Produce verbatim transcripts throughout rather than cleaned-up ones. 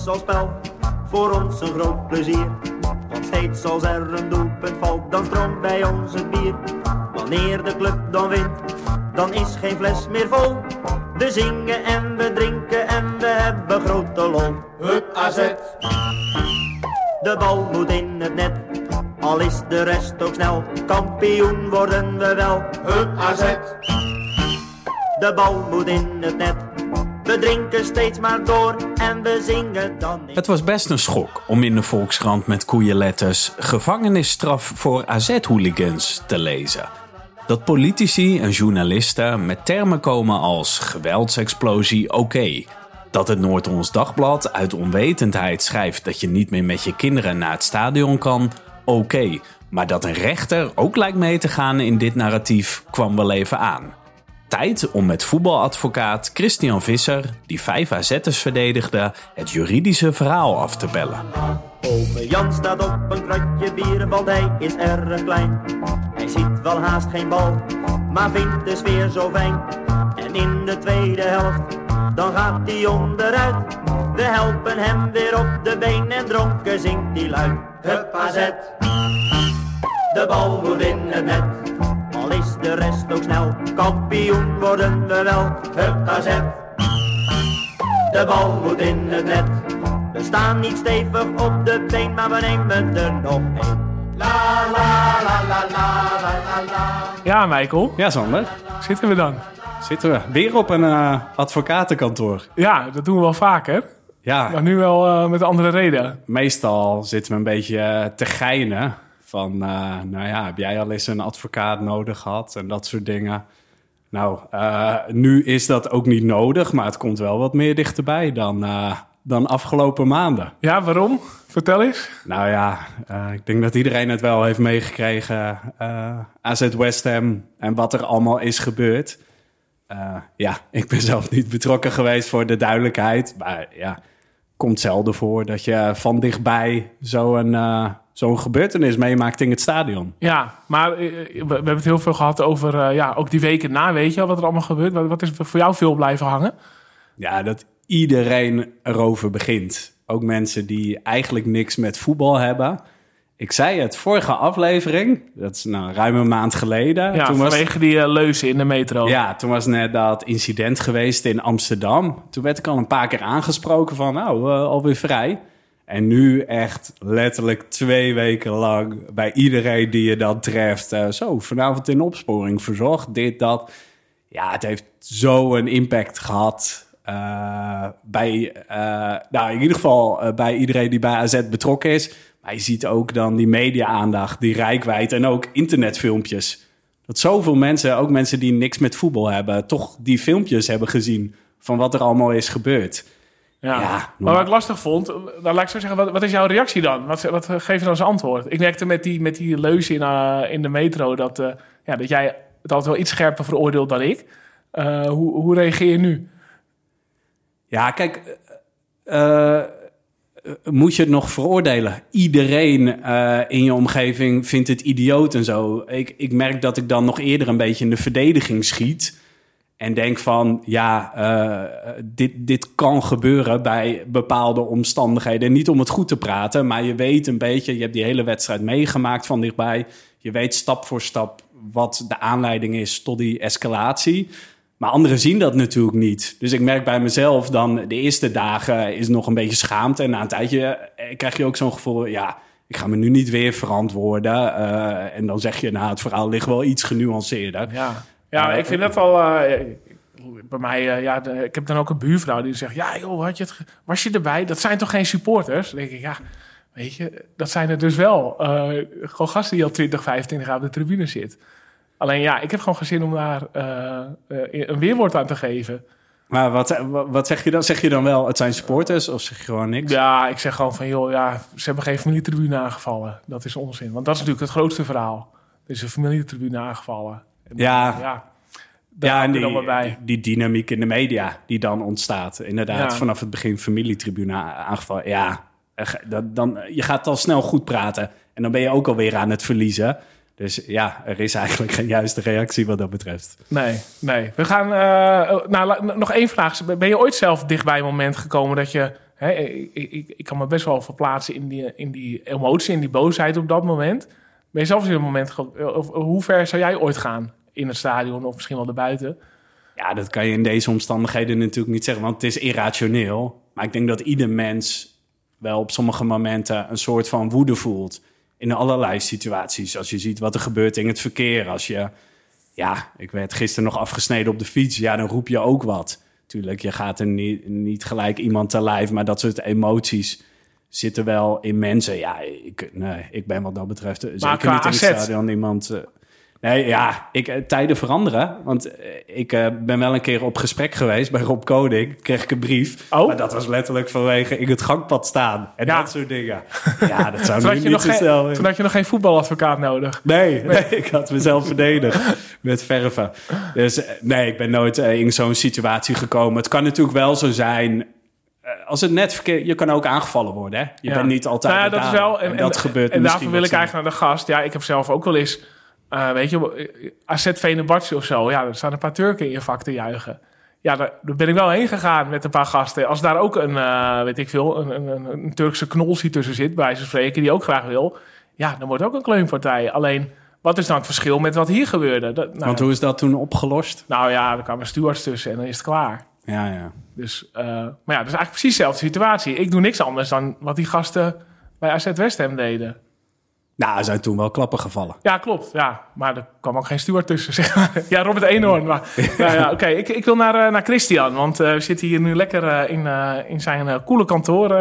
spel, voor ons een groot plezier. Want steeds als er een doelpunt valt, dan stroomt bij ons het bier. Wanneer de club dan wint, dan is geen fles meer vol. We zingen en we drinken en we hebben grote lol. Hup A Z. De bal moet in het net, al is de rest ook snel. Kampioen worden we wel. Hup A Z. De bal moet in het net, we drinken steeds maar door en we zingen dan niet. Het was best een schok om in de Volkskrant met koeienletters gevangenisstraf voor A Z-hooligans te lezen. Dat politici en journalisten met termen komen als geweldsexplosie, oké. Okay. Dat het Noord-Hollands Dagblad uit onwetendheid schrijft dat je niet meer met je kinderen naar het stadion kan, oké. Okay. Maar dat een rechter ook lijkt mee te gaan in dit narratief kwam wel even aan. Tijd om met voetbaladvocaat Christian Visser, die vijf A Z'ers verdedigde, het juridische verhaal af te bellen. Ome Jan staat op een kratje bier, want hij is erg klein. Hij ziet wel haast geen bal, maar vindt de sfeer zo fijn. En in de tweede helft, dan gaat hij onderuit. We helpen hem weer op de been en dronken zingt hij luid. Hup A Z, de bal moet in het net. Al is de rest ook snel, kampioen worden we wel. Hup A Z, de bal moet in het net. We staan niet stevig op de been, maar we nemen er nog één. La la la la la la la. Ja, Michael. Ja, Sander. Zitten we dan? Zitten we weer op een uh, advocatenkantoor. Ja, dat doen we wel vaker. Ja. Maar nu wel uh, met een andere reden. Meestal zitten we een beetje uh, te geinen. Van, uh, nou ja, heb jij al eens een advocaat nodig gehad? En dat soort dingen. Nou, uh, nu is dat ook niet nodig, maar het komt wel wat meer dichterbij dan, uh, dan afgelopen maanden. Ja, waarom? Vertel eens. Nou ja, uh, ik denk dat iedereen het wel heeft meegekregen. Uh, A Z West Ham en wat er allemaal is gebeurd. Uh, ja, ik ben zelf niet betrokken geweest voor de duidelijkheid. Maar ja, komt zelden voor dat je van dichtbij zo'n, uh, zo'n gebeurtenis meemaakt in het stadion. Ja, maar uh, we, we hebben het heel veel gehad over uh, ja, ook die weken na, weet je wat er allemaal gebeurt. Wat, wat is voor jou veel blijven hangen? Ja, dat iedereen erover begint. Ook mensen die eigenlijk niks met voetbal hebben. Ik zei het, vorige aflevering, dat is nou ruim een maand geleden. Ja, toen vanwege was, die uh, leuzen in de metro. Ja, toen was net dat incident geweest in Amsterdam. Toen werd ik al een paar keer aangesproken van, nou, uh, alweer vrij. En nu echt letterlijk twee weken lang bij iedereen die je dan treft. Uh, zo, vanavond in opsporing verzocht, dit, dat. Ja, het heeft zo'n impact gehad. Uh, bij, uh, nou, in ieder geval uh, bij iedereen die bij A Z betrokken is. Maar je ziet ook dan die media-aandacht, die reikwijd en ook internetfilmpjes. Dat zoveel mensen, ook mensen die niks met voetbal hebben, toch die filmpjes hebben gezien van wat er allemaal is gebeurd. Ja, ja maar wat ik lastig vond, dan laat ik zo zeggen, wat, wat is jouw reactie dan? Wat, wat geef je dan als antwoord? Ik merkte met die, met die leuzen in, uh, in de metro dat, uh, ja, dat jij het altijd wel iets scherper veroordeelt dan ik. Uh, hoe, hoe reageer je nu? Ja, kijk, uh, moet je het nog veroordelen? Iedereen uh, in je omgeving vindt het idioot en zo. Ik, ik merk dat ik dan nog eerder een beetje in de verdediging schiet. En denk van, ja, uh, dit, dit kan gebeuren bij bepaalde omstandigheden. En niet om het goed te praten, maar je weet een beetje, je hebt die hele wedstrijd meegemaakt van dichtbij. Je weet stap voor stap wat de aanleiding is tot die escalatie. Maar anderen zien dat natuurlijk niet. Dus ik merk bij mezelf dan, de eerste dagen is nog een beetje schaamte. En na een tijdje krijg je ook zo'n gevoel, ja, ik ga me nu niet weer verantwoorden. Uh, en dan zeg je, nou, het verhaal ligt wel iets genuanceerder. Ja, ja uh, ik vind dat wel... Uh, bij mij, uh, ja, de, ik heb dan ook een buurvrouw die zegt, ja, joh, had je het, was je erbij? Dat zijn toch geen supporters? Dan denk ik, ja, weet je, dat zijn er dus wel. Uh, gewoon gasten die al twintig, vijfentwintig jaar op de tribune zit. Alleen ja, ik heb gewoon geen zin om daar uh, uh, een weerwoord aan te geven. Maar wat, wat zeg je dan? Zeg je dan wel, het zijn supporters of zeg je gewoon niks? Ja, ik zeg gewoon van, joh, ja, ze hebben geen familietribune aangevallen. Dat is onzin, want dat is natuurlijk het grootste verhaal. Er is een familietribune aangevallen. En ja, ja, ja en die, die, die dynamiek in de media die dan ontstaat. Inderdaad, ja. Vanaf het begin familietribune aangevallen. Ja, dat, dan, je gaat al snel goed praten. En dan ben je ook alweer aan het verliezen. Dus ja, er is eigenlijk geen juiste reactie wat dat betreft. Nee, nee. We gaan... Uh, nou, nog één vraag. Ben je ooit zelf dicht bij een moment gekomen dat je Hè, ik, ik, ik kan me best wel verplaatsen in die, in die emotie, in die boosheid op dat moment. Ben je zelf in een moment... Of, hoe ver zou jij ooit gaan in het stadion of misschien wel erbuiten? Ja, dat kan je in deze omstandigheden natuurlijk niet zeggen, want het is irrationeel. Maar ik denk dat ieder mens wel op sommige momenten een soort van woede voelt. In allerlei situaties. Als je ziet wat er gebeurt in het verkeer. Als je, ja, ik werd gisteren nog afgesneden op de fiets. Ja, dan roep je ook wat. Tuurlijk, je gaat er niet, niet gelijk iemand te lijf. Maar dat soort emoties zitten wel in mensen. Ja, ik, nee, ik ben wat dat betreft maar zeker niet in het A Z stadion iemand... Uh, Nee, ja, ik, tijden veranderen. Want ik uh, ben wel een keer op gesprek geweest bij Rob Koning. Kreeg ik een brief. Oh? Maar dat was letterlijk vanwege in het gangpad staan. En ja. dat soort dingen. Ja, dat zou toen, nu had je niet nog zo geen, snel... toen had je nog geen voetbaladvocaat nodig. Nee, nee. nee ik had mezelf verdedigd met verven. Dus nee, ik ben nooit uh, in zo'n situatie gekomen. Het kan natuurlijk wel zo zijn... Uh, als het net verkeerd... Je kan ook aangevallen worden, hè? Je ja. bent niet altijd nou ja, dat daar. is wel, en, en dat en, gebeurt En daarvoor wil ik zo. eigenlijk naar de gast. Ja, ik heb zelf ook wel eens... Uh, weet je, A Z Fenerbahçe of zo. Ja, er staan een paar Turken in je vak te juichen. Ja, daar, daar ben ik wel heen gegaan met een paar gasten. Als daar ook een, uh, weet ik veel, een, een, een Turkse knolsie tussen zit, bij wijze van spreken, die ook graag wil. Ja, dan wordt ook een kleunpartij. Alleen, wat is dan het verschil met wat hier gebeurde? Dat, nou, Want hoe is dat toen opgelost? Nou ja, er kwamen stewards tussen en dan is het klaar. Ja, ja. Dus, uh, maar ja, dat is eigenlijk precies dezelfde situatie. Ik doe niks anders dan wat die gasten bij A Z West Ham deden. Nou, er zijn toen wel klappen gevallen. Ja, klopt. Ja, maar er kwam ook geen steward tussen. Zeg maar. Ja, Robert Eenhoorn. Maar, nou ja, oké. Okay. Ik, ik wil naar, uh, naar Christian. Want uh, we zitten hier nu lekker uh, in, uh, in zijn uh, coole kantoor.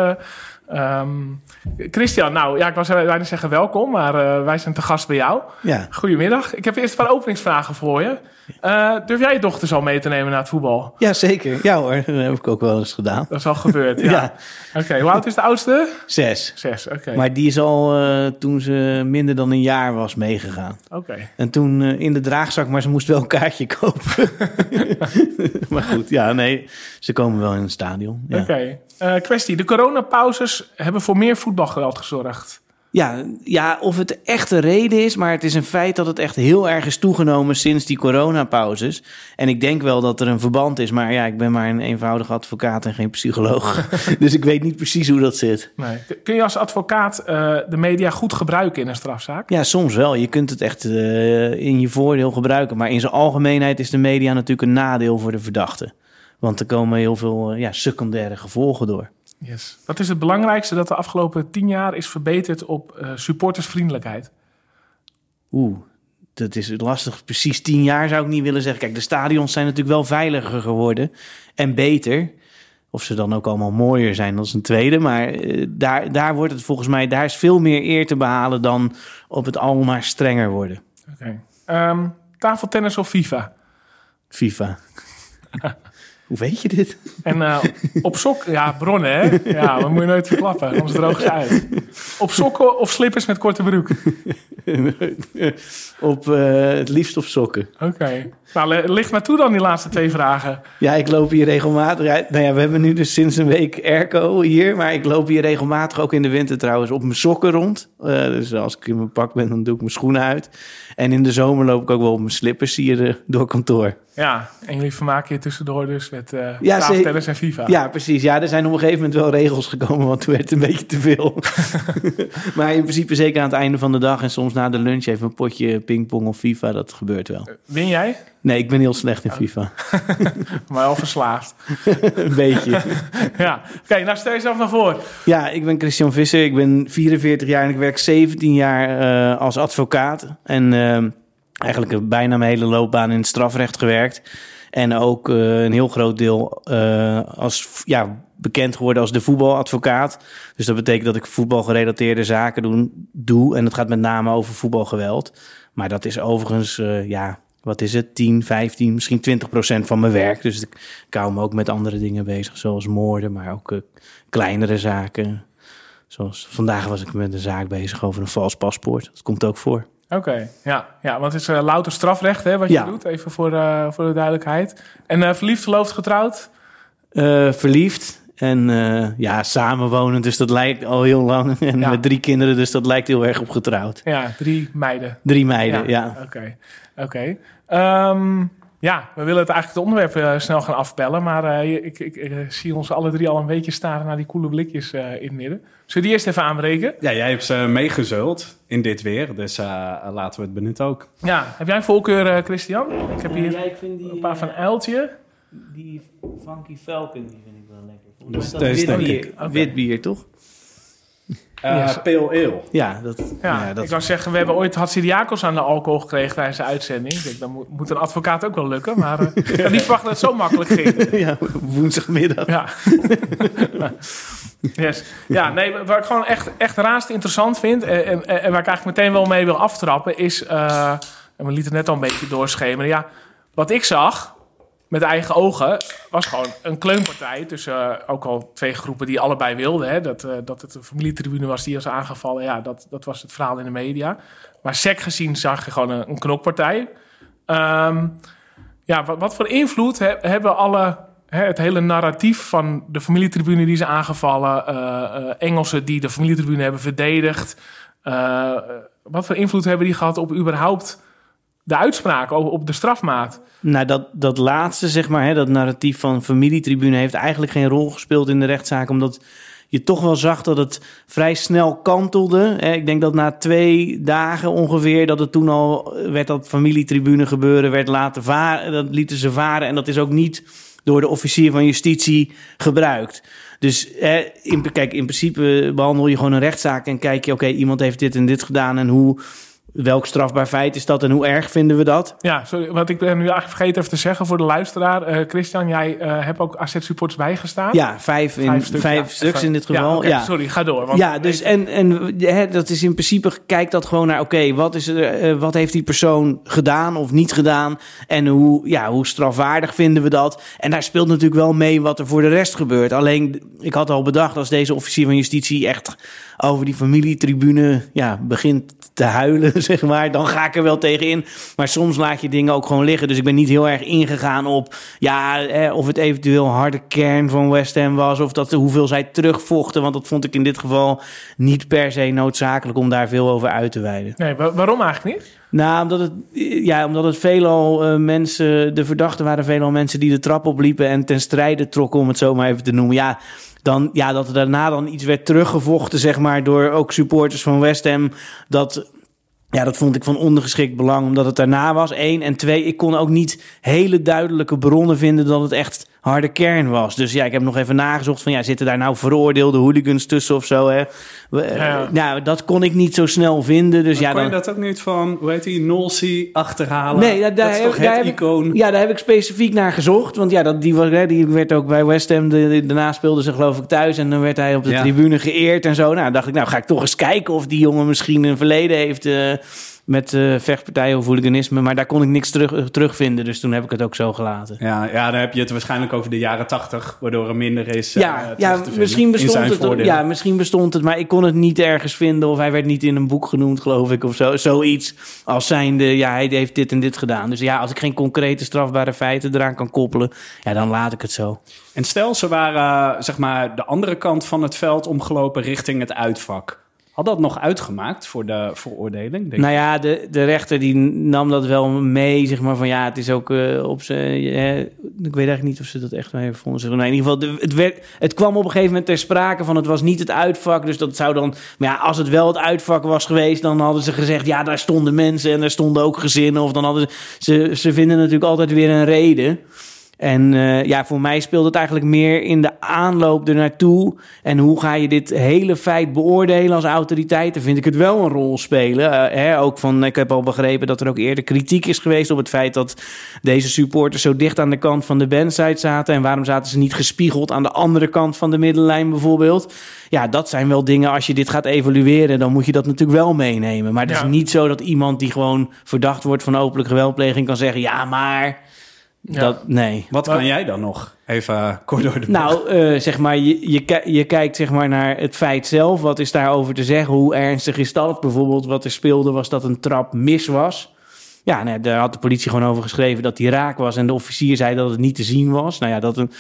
Uh, um, Christian, nou ja, ik was bijna zeggen welkom. Maar uh, wij zijn te gast bij jou. Ja. Goedemiddag. Ik heb eerst een paar openingsvragen voor je. Uh, durf jij je dochters al mee te nemen naar het voetbal? Ja, zeker. Ja hoor, dat heb ik ook wel eens gedaan. Dat is al gebeurd, ja. ja. Oké, okay. Hoe oud is de oudste? Zes. Zes, oké. Okay. Maar die is al uh, toen ze minder dan een jaar was meegegaan. Oké. Okay. En toen uh, in de draagzak, maar ze moest wel een kaartje kopen. Maar goed, ja, nee, ze komen wel in het stadion. Ja. Oké. Okay. Uh, kwestie, de coronapauzes hebben voor meer voetbalgeweld gezorgd. Ja, ja, of het echt de reden is, maar het is een feit dat het echt heel erg is toegenomen sinds die coronapauzes. En ik denk wel dat er een verband is, maar ja, ik ben maar een eenvoudige advocaat en geen psycholoog. Dus ik weet niet precies hoe dat zit. Nee. Kun je als advocaat uh, de media goed gebruiken in een strafzaak? Ja, soms wel. Je kunt het echt uh, in je voordeel gebruiken. Maar in zijn algemeenheid is de media natuurlijk een nadeel voor de verdachte. Want er komen heel veel uh, ja, secundaire gevolgen door. Yes. Wat is het belangrijkste dat de afgelopen tien jaar is verbeterd op uh, supportersvriendelijkheid? Oeh, dat is lastig. Precies tien jaar zou ik niet willen zeggen. Kijk, de stadions zijn natuurlijk wel veiliger geworden en beter. Of ze dan ook allemaal mooier zijn, dat is een tweede. Maar uh, daar, daar wordt het volgens mij, daar is veel meer eer te behalen dan op het allemaal maar strenger worden. Oké. Okay. Um, tafeltennis of FIFA? FIFA. Hoe weet je dit? En uh, op sokken... Ja, bronnen, hè? Ja, dat moet je nooit verklappen, anders drogen ze uit. Op sokken of slippers met korte broek? op, uh, het liefst op sokken. Oké. Okay. Nou, licht maar toe dan die laatste twee vragen. Ja, ik loop hier regelmatig... Nou ja, we hebben nu dus sinds een week airco hier... maar ik loop hier regelmatig, ook in de winter trouwens, op mijn sokken rond. Uh, dus als ik in mijn pak ben, dan doe ik mijn schoenen uit. En in de zomer loop ik ook wel op mijn slippers hier uh, door kantoor. Ja, en jullie vermaken je tussendoor dus met uh, ja, tafeltennis en FIFA. Ja, precies. Ja, er zijn op een gegeven moment wel regels gekomen, want toen werd het een beetje te veel. Maar in principe zeker aan het einde van de dag en soms na de lunch even een potje pingpong of FIFA, dat gebeurt wel. Uh, win jij? Nee, ik ben heel slecht in FIFA. Maar wel verslaafd. Een beetje. Ja, oké, okay, nou stel jezelf naar voor. Ja, ik ben Christian Visser, ik ben vierenveertig jaar en ik werk zeventien jaar uh, als advocaat. En uh, eigenlijk bijna mijn hele loopbaan in het strafrecht gewerkt. En ook uh, een heel groot deel uh, als, ja, bekend geworden als de voetbaladvocaat. Dus dat betekent dat ik voetbalgerelateerde zaken doen, doe. En het gaat met name over voetbalgeweld. Maar dat is overigens, uh, ja, wat is het? tien, vijftien, misschien twintig procent van mijn werk. Dus ik, ik hou me ook met andere dingen bezig, zoals moorden, maar ook uh, kleinere zaken. Zoals vandaag was ik met een zaak bezig over een vals paspoort. Dat komt ook voor. Oké, okay, ja, ja, want het is uh, louter strafrecht hè, wat je ja. doet, even voor, uh, voor de duidelijkheid. En uh, verliefd, verloofd, getrouwd? Uh, verliefd en uh, ja, samenwonen, dus dat lijkt al heel lang. En ja. met drie kinderen, dus dat lijkt heel erg op getrouwd. Ja, drie meiden. Drie meiden, ja. Oké, ja. oké. Okay. Okay. Um, Ja, we willen het eigenlijk het onderwerp uh, snel gaan afbellen. Maar uh, ik, ik, ik zie ons alle drie al een beetje staren naar die koele blikjes uh, in het midden. Zullen we die eerst even aanbreken? Ja, jij hebt ze meegezult in dit weer. Dus uh, laten we het benutten ook. Ja, heb jij een voorkeur, uh, Christian? Ik heb hier ja, ik vind die, een paar van Uiltje. Die Funky Falcon, die vind ik wel lekker. Dus dat deze wit denk bier, ik. Okay. wit bier, toch? Uh, Yes. Pale Ale. Ja, dat, Ja, ja, dat ik wou zeggen, we hebben ooit Hatsidiakos aan de alcohol gekregen tijdens de uitzending. Ik denk, dan moet, moet een advocaat ook wel lukken. Maar uh, ik had niet verwacht dat het zo makkelijk ging. ja, woensdagmiddag. Ja. Yes. Ja, nee, waar ik gewoon echt, echt raast interessant vind... En, en, en waar ik eigenlijk meteen wel mee wil aftrappen... is, uh, en we lieten het net al een beetje doorschemeren... Ja, wat ik zag met eigen ogen... was gewoon een kleunpartij tussen uh, ook al twee groepen die allebei wilden. Hè, dat, uh, dat het een familietribune was die was aangevallen. Ja, dat, dat was het verhaal in de media. Maar sec gezien zag je gewoon een, een knokpartij. Um, ja, wat, wat voor invloed he, hebben alle... He, het hele narratief van de familietribune die ze aangevallen... Uh, uh, Engelsen die de familietribune hebben verdedigd... Uh, wat voor invloed hebben die gehad op überhaupt de uitspraak... op, op de strafmaat? Nou, dat, dat laatste, zeg maar, hè, dat narratief van familietribune... heeft eigenlijk geen rol gespeeld in de rechtszaak... omdat je toch wel zag dat het vrij snel kantelde. Hè. Ik denk dat na twee dagen ongeveer... dat het toen al werd dat familietribune gebeuren... werd laten varen, dat lieten ze varen... en dat is ook niet... door de officier van justitie gebruikt. Dus eh, in, kijk, in principe behandel je gewoon een rechtszaak... en kijk je, oké, okay, iemand heeft dit en dit gedaan... en hoe, welk strafbaar feit is dat en hoe erg vinden we dat? Ja, sorry, wat ik ben nu eigenlijk vergeten even te zeggen voor de luisteraar. Uh, Christian, jij uh, hebt ook A Z-supporters bijgestaan. Ja, vijf, in, vijf, stuks, vijf ja, stuks even, in dit geval. Ja, okay, ja. Sorry, ga door. Want ja, dus en, en hè, dat is in principe, kijk dat gewoon naar... oké, okay, wat, is er, uh, wat heeft die persoon gedaan of niet gedaan... en hoe, ja, hoe strafwaardig vinden we dat? En daar speelt natuurlijk wel mee wat er voor de rest gebeurt. Alleen, ik had al bedacht, als deze officier van justitie... echt over die familietribune ja, begint te huilen, zeg maar... dan ga ik er wel tegenin. Maar soms laat je dingen ook gewoon liggen. Dus ik ben niet heel erg ingegaan op... ja, eh, of het eventueel harde kern van West Ham was... of dat, hoeveel zij terugvochten. Want dat vond ik in dit geval niet per se noodzakelijk... om daar veel over uit te wijden. Nee, wa- waarom eigenlijk niet? Nou, omdat het, ja, omdat het veelal uh, mensen... de verdachten waren veelal mensen die de trap opliepen... en ten strijde trokken, om het zo maar even te noemen. Ja, dan, ja, dat er daarna dan iets werd teruggevochten, zeg maar... door ook supporters van West Ham... dat... Ja, dat vond ik van ondergeschikt belang, omdat het daarna was. Eén. En twee, ik kon ook niet hele duidelijke bronnen vinden dat het echt harde kern was. Dus ja, ik heb nog even nagezocht van, ja, zitten daar nou veroordeelde hooligans tussen of zo, hè? Ja. Nou, dat kon ik niet zo snel vinden. Dus ja, kon je dan... dat ook niet van, hoe heet die, Nolsi achterhalen? Nee, daar, dat is heb, toch daar het heb icoon? Ik, ja, daar heb ik specifiek naar gezocht. Want ja, dat, die, was, die werd ook bij West Ham, de, de, daarna speelde ze geloof ik thuis... en dan werd hij op de ja. tribune geëerd en zo. Nou, dacht ik, nou ga ik toch eens kijken of die jongen misschien een verleden heeft... Uh, met uh, vechtpartijen of hooliganisme. Maar daar kon ik niks terug, uh, terugvinden. Dus toen heb ik het ook zo gelaten. Ja, ja, dan heb je het waarschijnlijk over de jaren tachtig... waardoor er minder is uh, ja, ja, misschien bestond het, ja, misschien bestond het... maar ik kon het niet ergens vinden... of hij werd niet in een boek genoemd, geloof ik, of zo. Zoiets als zijnde, ja, hij heeft dit en dit gedaan. Dus ja, als ik geen concrete strafbare feiten eraan kan koppelen... ja, dan laat ik het zo. En stel, ze waren, zeg maar, de andere kant van het veld omgelopen... richting het uitvak... Had dat nog uitgemaakt voor de veroordeling? Denk nou ja, de, de rechter die nam dat wel mee, zeg maar, van ja, het is ook uh, op zijn... Uh, ik weet eigenlijk niet of ze dat echt wel hebben gevonden. Nou, in ieder geval, de, het, werd, het kwam op een gegeven moment ter sprake van het was niet het uitvak, dus dat zou dan... Maar ja, als het wel het uitvak was geweest, dan hadden ze gezegd, ja, daar stonden mensen en daar stonden ook gezinnen. Of dan hadden ze... Ze, ze vinden natuurlijk altijd weer een reden... En uh, ja, voor mij speelt het eigenlijk meer in de aanloop ernaartoe. En hoe ga je dit hele feit beoordelen als autoriteit? Dan vind ik het wel een rol spelen. Uh, hè, ook van, ik heb al begrepen dat er ook eerder kritiek is geweest op het feit dat deze supporters zo dicht aan de kant van de bandside zaten. En waarom zaten ze niet gespiegeld aan de andere kant van de middenlijn bijvoorbeeld? Ja, dat zijn wel dingen, als je dit gaat evalueren, dan moet je dat natuurlijk wel meenemen. Maar het is ja. niet zo dat iemand die gewoon verdacht wordt van openlijke geweldpleging kan zeggen, ja, maar... Ja. Dat, nee. Wat kan jij dan nog? Even uh, kort door de bocht. Nou, uh, zeg maar, je, je, je kijkt zeg maar naar het feit zelf. Wat is daarover te zeggen? Hoe ernstig is dat? Bijvoorbeeld wat er speelde was dat een trap mis was. Ja, nee, daar had de politie gewoon over geschreven dat die raak was. En de officier zei dat het niet te zien was. Nou ja, dat een,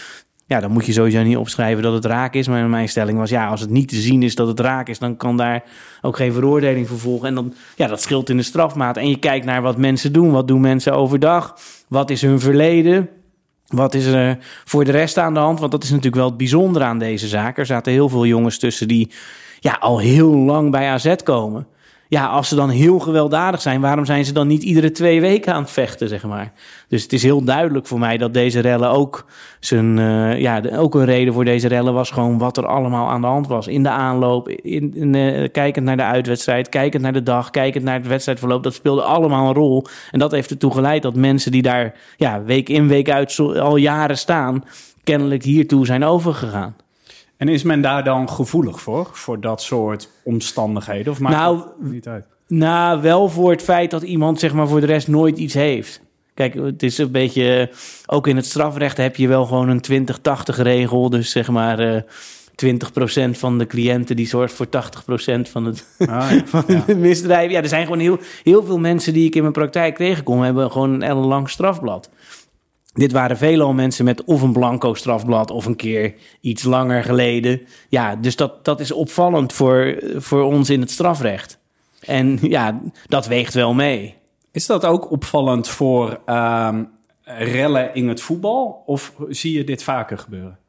Ja, dan moet je sowieso niet opschrijven dat het raak is. Maar mijn stelling was, ja, als het niet te zien is dat het raak is, dan kan daar ook geen veroordeling voor volgen. En dan, ja, dat scheelt in de strafmaat. En je kijkt naar wat mensen doen. Wat doen mensen overdag? Wat is hun verleden? Wat is er voor de rest aan de hand? Want dat is natuurlijk wel het bijzondere aan deze zaak. Er zaten heel veel jongens tussen die ja, al heel lang bij A Z komen. Ja, als ze dan heel gewelddadig zijn, waarom zijn ze dan niet iedere twee weken aan het vechten, zeg maar? Dus het is heel duidelijk voor mij dat deze rellen ook zijn, uh, ja, de, ook een reden voor deze rellen was gewoon wat er allemaal aan de hand was. In de aanloop, in, in, uh, kijkend naar de uitwedstrijd, kijkend naar de dag, kijkend naar het wedstrijdverloop. Dat speelde allemaal een rol. En dat heeft ertoe geleid dat mensen die daar ja, week in, week uit zo, al jaren staan, kennelijk hiertoe zijn overgegaan. En is men daar dan gevoelig voor, voor dat soort omstandigheden? Of maakt nou, dat niet uit? Nou, wel voor het feit dat iemand zeg maar voor de rest nooit iets heeft. Kijk, het is een beetje, ook in het strafrecht heb je wel gewoon een twintig tachtig regel. Dus zeg maar uh, twintig procent van de cliënten die zorgt voor tachtig procent van het, ah, ja. van het ja. misdrijf. Ja, er zijn gewoon heel, heel veel mensen die ik in mijn praktijk tegenkom, hebben gewoon een ellenlang strafblad. Dit waren veelal mensen met of een blanco strafblad of een keer iets langer geleden. Ja, dus dat, dat is opvallend voor, voor ons in het strafrecht. En ja, dat weegt wel mee. Is dat ook opvallend voor uh, rellen in het voetbal? Of zie je dit vaker gebeuren?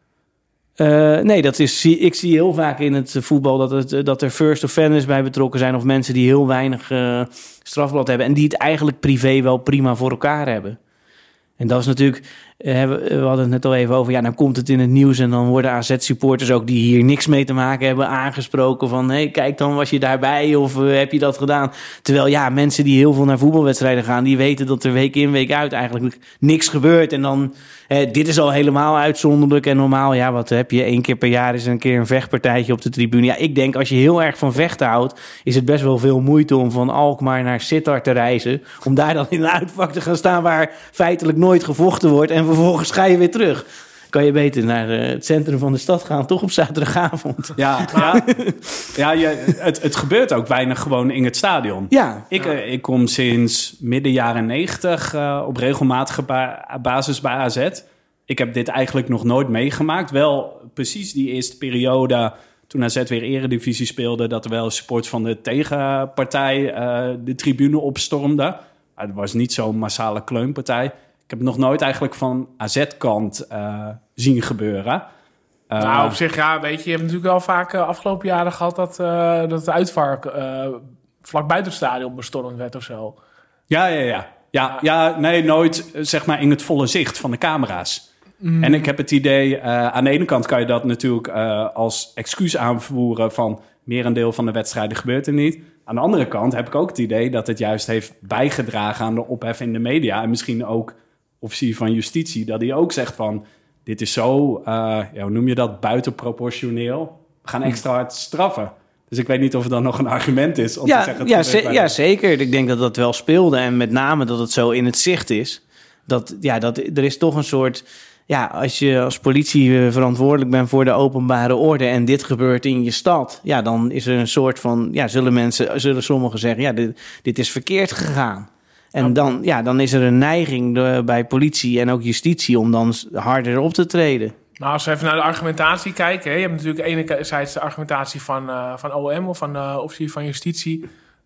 Uh, nee, dat is, ik zie heel vaak in het voetbal dat, het, dat er first offenders bij betrokken zijn, of mensen die heel weinig uh, strafblad hebben en die het eigenlijk privé wel prima voor elkaar hebben. En dat is natuurlijk, uh, we hadden het net al even over, ja, dan komt het in het nieuws en dan worden A Z-supporters ook die hier niks mee te maken hebben aangesproken van, hé, hey, kijk dan, was je daarbij of uh, heb je dat gedaan? Terwijl, ja, mensen die heel veel naar voetbalwedstrijden gaan, die weten dat er week in, week uit eigenlijk niks gebeurt. En dan, uh, dit is al helemaal uitzonderlijk en normaal, ja, wat heb je, één keer per jaar is een keer een vechtpartijtje op de tribune. Ja, ik denk, als je heel erg van vechten houdt, is het best wel veel moeite om van Alkmaar naar Sittard te reizen, om daar dan in een uitvak te gaan staan waar feitelijk nooit gevochten wordt en vervolgens ga je weer terug. Kan je beter naar uh, het centrum van de stad gaan, toch op zaterdagavond. Ja, ja, ja je, het, het gebeurt ook weinig gewoon in het stadion. Ja. Ik, ja. Uh, ik kom sinds midden jaren negentig uh, op regelmatige ba- basis bij A Z. Ik heb dit eigenlijk nog nooit meegemaakt. Wel precies die eerste periode toen A Z weer Eredivisie speelde, dat er wel supporters van de tegenpartij uh, de tribune opstormden. Uh, het was niet zo'n massale kleunpartij. Ik heb het nog nooit eigenlijk van A Z-kant uh, zien gebeuren. Uh, nou, op zich, ja, weet je, je hebt natuurlijk wel vaak uh, afgelopen jaren gehad dat, uh, dat het uitvark uh, vlak buiten het stadion bestormd werd of zo. Ja, ja, ja. Ja, ja, nee, nooit zeg maar in het volle zicht van de camera's. Mm. En ik heb het idee, uh, aan de ene kant kan je dat natuurlijk uh, als excuus aanvoeren van merendeel van de wedstrijden gebeurt er niet. Aan de andere kant heb ik ook het idee dat het juist heeft bijgedragen aan de ophef in de media. En misschien ook officier van justitie, dat hij ook zegt van, dit is zo, uh, ja, hoe noem je dat, buitenproportioneel. We gaan extra hard straffen. Dus ik weet niet of er dan nog een argument is om ja, te zeggen... Ja, ze- ja, zeker. Ik denk dat dat wel speelde. En met name dat het zo in het zicht is. Dat, ja, dat, er is toch een soort... Ja, als je als politie verantwoordelijk bent voor de openbare orde en dit gebeurt in je stad, ja, dan is er een soort van, ja, zullen mensen, zullen sommigen zeggen, ja, dit, dit is verkeerd gegaan. En dan, ja, dan is er een neiging de, bij politie en ook justitie om dan harder op te treden. Nou, als we even naar de argumentatie kijken, hè, je hebt natuurlijk enerzijds de argumentatie van, uh, van O M of van de uh, officier van justitie.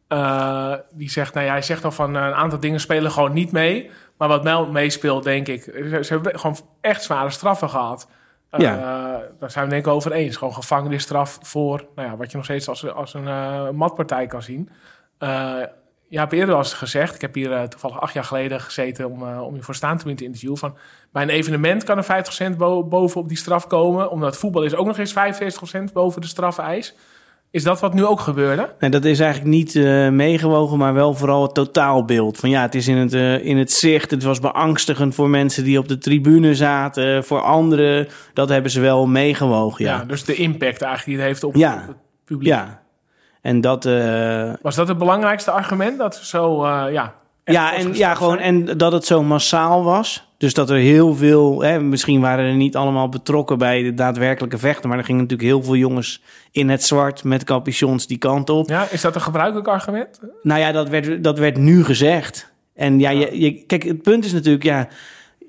Uh, die zegt, nou ja, hij zegt al van uh, een aantal dingen spelen gewoon niet mee. Maar wat wel meespeelt, denk ik, ze, ze hebben gewoon echt zware straffen gehad. Uh, Ja. Daar zijn we denk ik over eens. Gewoon gevangenisstraf voor, nou ja, wat je nog steeds als, als een uh, matpartij kan zien. Uh, je hebt eerder al eens gezegd, ik heb hier uh, toevallig acht jaar geleden gezeten om, uh, om je voor Staantribune te interviewen, van bij een evenement kan er vijftig procent bo- boven op die straf komen, omdat voetbal is ook nog eens vijfenveertig procent boven de strafeis. Is dat wat nu ook gebeurde? Nee, dat is eigenlijk niet uh, meegewogen, maar wel vooral het totaalbeeld. Van ja, het is in het, uh, in het zicht. Het was beangstigend voor mensen die op de tribune zaten. Voor anderen, dat hebben ze wel meegewogen, ja. Ja, dus de impact eigenlijk die het heeft op, Ja. op het publiek. Ja, en dat... Uh, Was dat het belangrijkste argument? Dat ze zo, uh, ja... ja, en, ja gewoon, en dat het zo massaal was. Dus dat er heel veel... Hè, misschien waren er niet allemaal betrokken bij de daadwerkelijke vechten, maar er gingen natuurlijk heel veel jongens in het zwart met capuchons die kant op. Ja, is dat een gebruikelijk argument? Nou ja, dat werd, dat werd nu gezegd. En ja, je, je, kijk, het punt is natuurlijk, ja,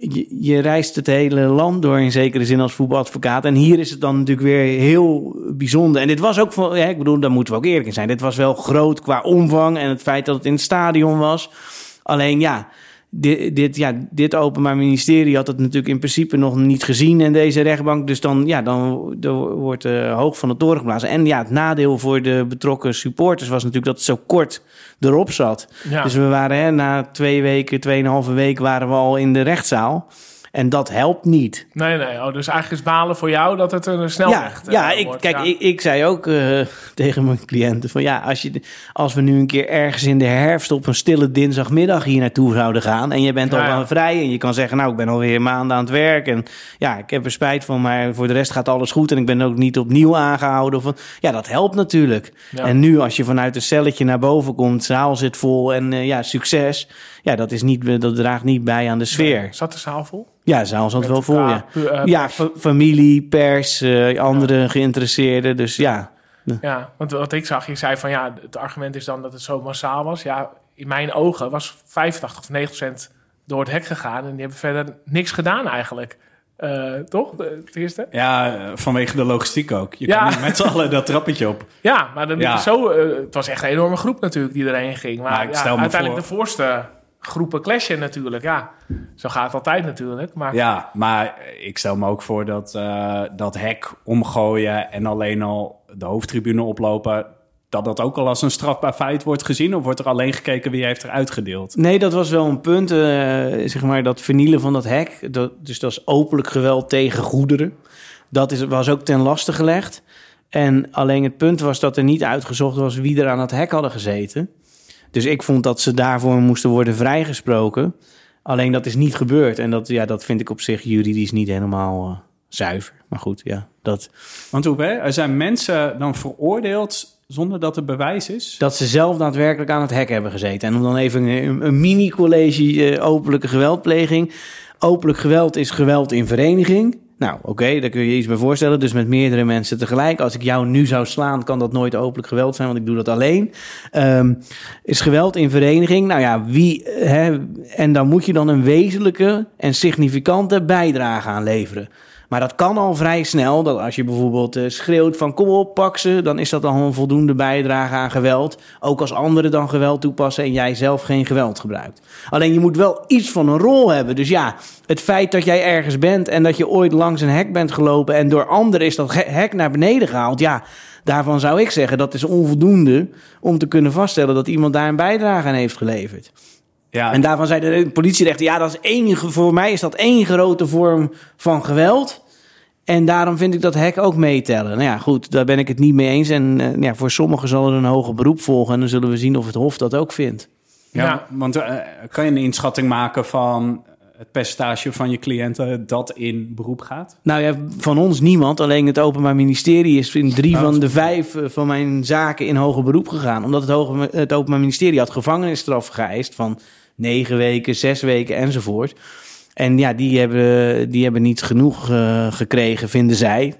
je, je reist het hele land door in zekere zin als voetbaladvocaat. En hier is het dan natuurlijk weer heel bijzonder. En dit was ook, van, ja, ik bedoel, daar moeten we ook eerlijk in zijn. Dit was wel groot qua omvang en het feit dat het in het stadion was. Alleen ja, dit, dit, ja, dit Openbaar Ministerie had het natuurlijk in principe nog niet gezien in deze rechtbank. Dus dan, ja, dan, dan wordt uh, hoog van de toren geblazen. En ja, het nadeel voor de betrokken supporters was natuurlijk dat het zo kort erop zat. Ja. Dus we waren hè, na twee weken, tweeënhalve week waren we al in de rechtszaal. En dat helpt niet. Nee, nee. Oh, dus eigenlijk is balen voor jou dat het een snelrecht ja, ja, uh, ik, wordt. Kijk, ja. ik, ik zei ook uh, tegen mijn cliënten van ja, als, je, als we nu een keer ergens in de herfst op een stille dinsdagmiddag hier naartoe zouden gaan en je bent al ja, ja. vrij en je kan zeggen nou, ik ben alweer maanden aan het werk en ja, ik heb er spijt van, maar voor de rest gaat alles goed en ik ben ook niet opnieuw aangehouden. Of, ja, dat helpt natuurlijk. Ja. En nu als je vanuit een celletje naar boven komt, zaal zit vol en uh, ja, succes. Ja, dat, is niet, dat draagt niet bij aan de sfeer. Nee. Zat de zaal vol? Ja, de zaal zat wel vol, ja. Uh, ja, fa- familie, pers, uh, andere ja. geïnteresseerden, dus ja. Ja, want wat ik zag, je zei van ja, het argument is dan dat het zo massaal was. Ja, in mijn ogen was vijfentachtig of negentig procent door het hek gegaan en die hebben verder niks gedaan eigenlijk. Uh, toch, het eerste? Ja, vanwege de logistiek ook. Je ja. kan niet met z'n allen dat trappetje op. Ja, maar dan ja. zo, uh, het was echt een enorme groep natuurlijk die erheen ging. Maar, maar ja, uiteindelijk voor... de voorste groepen clashen natuurlijk. Ja, zo gaat het altijd natuurlijk. Maar... Ja, maar ik stel me ook voor dat uh, dat hek omgooien en alleen al de hoofdtribune oplopen, dat dat ook al als een strafbaar feit wordt gezien? Of wordt er alleen gekeken wie heeft er uitgedeeld? Nee, dat was wel een punt. Uh, zeg maar dat vernielen van dat hek. Dat, dus dat is openlijk geweld tegen goederen. Dat is, was ook ten laste gelegd. En alleen het punt was dat er niet uitgezocht was wie er aan het hek hadden gezeten. Dus ik vond dat ze daarvoor moesten worden vrijgesproken. Alleen dat is niet gebeurd. En dat, ja, dat vind ik op zich juridisch niet helemaal uh, zuiver. Maar goed, ja, dat... Want hoe, hè? Er zijn mensen dan veroordeeld zonder dat er bewijs is? Dat ze zelf daadwerkelijk aan het hek hebben gezeten. En om dan even een, een mini-college uh, openlijke geweldpleging. Openlijk geweld is geweld in vereniging. Nou, oké, okay, daar kun je je iets bij voorstellen. Dus met meerdere mensen tegelijk. Als ik jou nu zou slaan, kan dat nooit openlijk geweld zijn, want ik doe dat alleen. Um, is geweld in vereniging? Nou ja, wie... Hè, en dan moet je dan een wezenlijke en significante bijdrage aan leveren. Maar dat kan al vrij snel. Dat als je bijvoorbeeld uh, schreeuwt van kom op, pak ze, dan is dat al een voldoende bijdrage aan geweld. Ook als anderen dan geweld toepassen en jij zelf geen geweld gebruikt. Alleen je moet wel iets van een rol hebben. Dus ja, het feit dat jij ergens bent en dat je ooit langs een hek bent gelopen en door anderen is dat hek naar beneden gehaald. Ja, daarvan zou ik zeggen dat is onvoldoende om te kunnen vaststellen dat iemand daar een bijdrage aan heeft geleverd. Ja. En daarvan zei de politierechter, ja, dat is één, voor mij is dat één grote vorm van geweld. En daarom vind ik dat hek ook meetellen. Nou ja, goed, daar ben ik het niet mee eens. En uh, ja, voor sommigen zal er een hoger beroep volgen. En dan zullen we zien of het Hof dat ook vindt. Ja, ja. Want uh, kan je een inschatting maken van het percentage van je cliënten dat in beroep gaat? Nou ja, van ons niemand. Alleen het Openbaar Ministerie is in drie oh, van de vijf van mijn zaken in hoger beroep gegaan. Omdat het, hoge, het Openbaar Ministerie had gevangenisstraf geëist van negen weken, zes weken enzovoort. En ja, die hebben, die hebben niet genoeg uh, gekregen, vinden zij.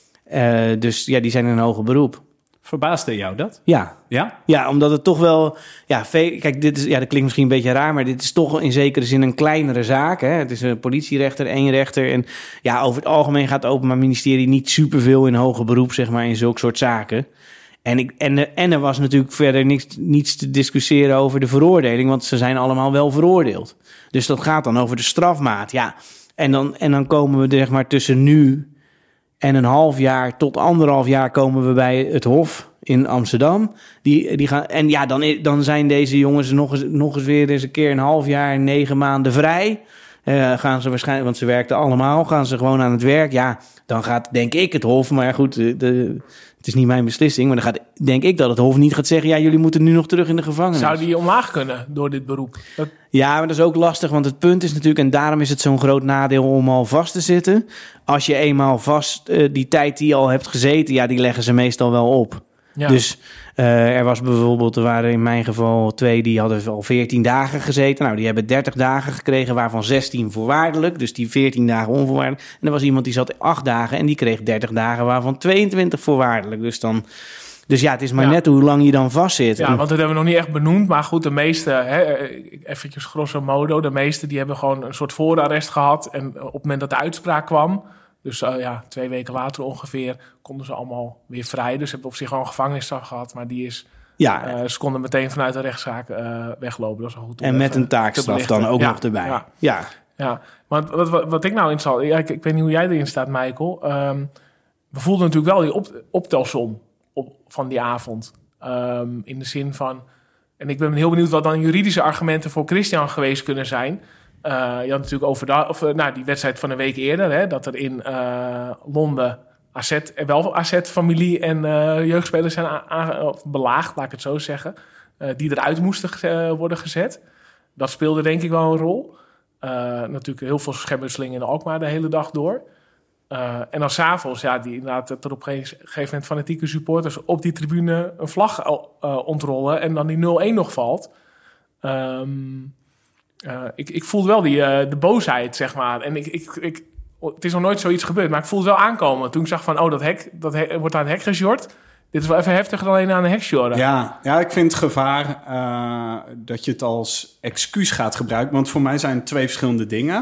Uh, dus ja, die zijn in een hoger beroep. Verbaasde jou dat? Ja. Ja? Ja, omdat het toch wel... Ja, veel, kijk, dit is, ja, dat klinkt misschien een beetje raar, maar dit is toch in zekere zin een kleinere zaak. Hè? Het is een politierechter, één rechter. En ja, over het algemeen gaat het Openbaar Ministerie niet superveel in hoger beroep, zeg maar, in zulke soort zaken. En, ik, en, en er was natuurlijk verder niks, niets te discussiëren over de veroordeling, want ze zijn allemaal wel veroordeeld. Dus dat gaat dan over de strafmaat, ja. En dan, en dan komen we zeg maar tussen nu en een half jaar tot anderhalf jaar komen we bij het Hof in Amsterdam. Die, die gaan, en ja, dan, dan zijn deze jongens nog eens, nog eens weer eens een keer een half jaar, negen maanden vrij. Uh, gaan ze waarschijnlijk, want ze werkten allemaal, gaan ze gewoon aan het werk. Ja, dan gaat denk ik het Hof, maar goed, de, de, het is niet mijn beslissing, maar dan gaat denk ik dat het Hof niet gaat zeggen, ja, jullie moeten nu nog terug in de gevangenis. Zou die omlaag kunnen door dit beroep? Dat... Ja, maar dat is ook lastig, want het punt is natuurlijk, en daarom is het zo'n groot nadeel om al vast te zitten. Als je eenmaal vast, uh, die tijd die je al hebt gezeten, ja, die leggen ze meestal wel op. Ja. Dus uh, er was bijvoorbeeld, er waren in mijn geval twee die hadden al veertien dagen gezeten. Nou, die hebben dertig dagen gekregen, waarvan zestien voorwaardelijk. Dus die veertien dagen onvoorwaardelijk. En er was iemand die zat acht dagen en die kreeg dertig dagen, waarvan tweeëntwintig voorwaardelijk. Dus dan, Dus ja, het is maar Ja. net hoe lang je dan vastzit. Ja, En- want dat hebben we nog niet echt benoemd. Maar goed, de meeste, hè, eventjes grosso modo... de meeste die hebben gewoon een soort voorarrest gehad. En op het moment dat de uitspraak kwam... dus uh, ja, twee weken later ongeveer... konden ze allemaal weer vrij. Dus ze hebben op zich gewoon een gevangenisstraf gehad. Maar die is... ja, Uh, ze konden meteen vanuit de rechtszaak uh, weglopen. Dat is wel goed. om en met even een taakstraf te dan belichten. ook Ja, nog erbij. Ja, Ja, ja. Maar wat, wat, wat ik nou interessant... Ja, ik, ik weet niet hoe jij erin staat, Michael. Um, we voelden natuurlijk wel die op, optelsom op, van die avond. Um, in de zin van... En ik ben heel benieuwd wat dan juridische argumenten voor Christian geweest kunnen zijn. Uh, je had natuurlijk over de, of, uh, nou, die wedstrijd van een week eerder... Hè, dat er in uh, Londen... A Z, wel A Z-familie en uh, jeugdspelers zijn a- a- of belaagd, laat ik het zo zeggen. Uh, die eruit moesten uh, worden gezet. Dat speelde denk ik wel een rol. Uh, natuurlijk heel veel schermutselingen in Alkmaar de hele dag door. Uh, en dan s'avonds, ja, die inderdaad er op een gegeven moment fanatieke supporters op die tribune een vlag uh, ontrollen en dan die nul-een nog valt. Um, uh, ik, ik voelde wel die, uh, de boosheid, zeg maar. En ik... ik, ik het is nog nooit zoiets gebeurd, maar ik voelde het wel aankomen. Toen ik zag van, oh, dat hek, dat hek, wordt aan het hek gesjord. Dit is wel even heftiger dan alleen aan een hek sjorden. Ja, ja, ik vind het gevaar uh, dat je het als excuus gaat gebruiken. Want voor mij zijn het twee verschillende dingen.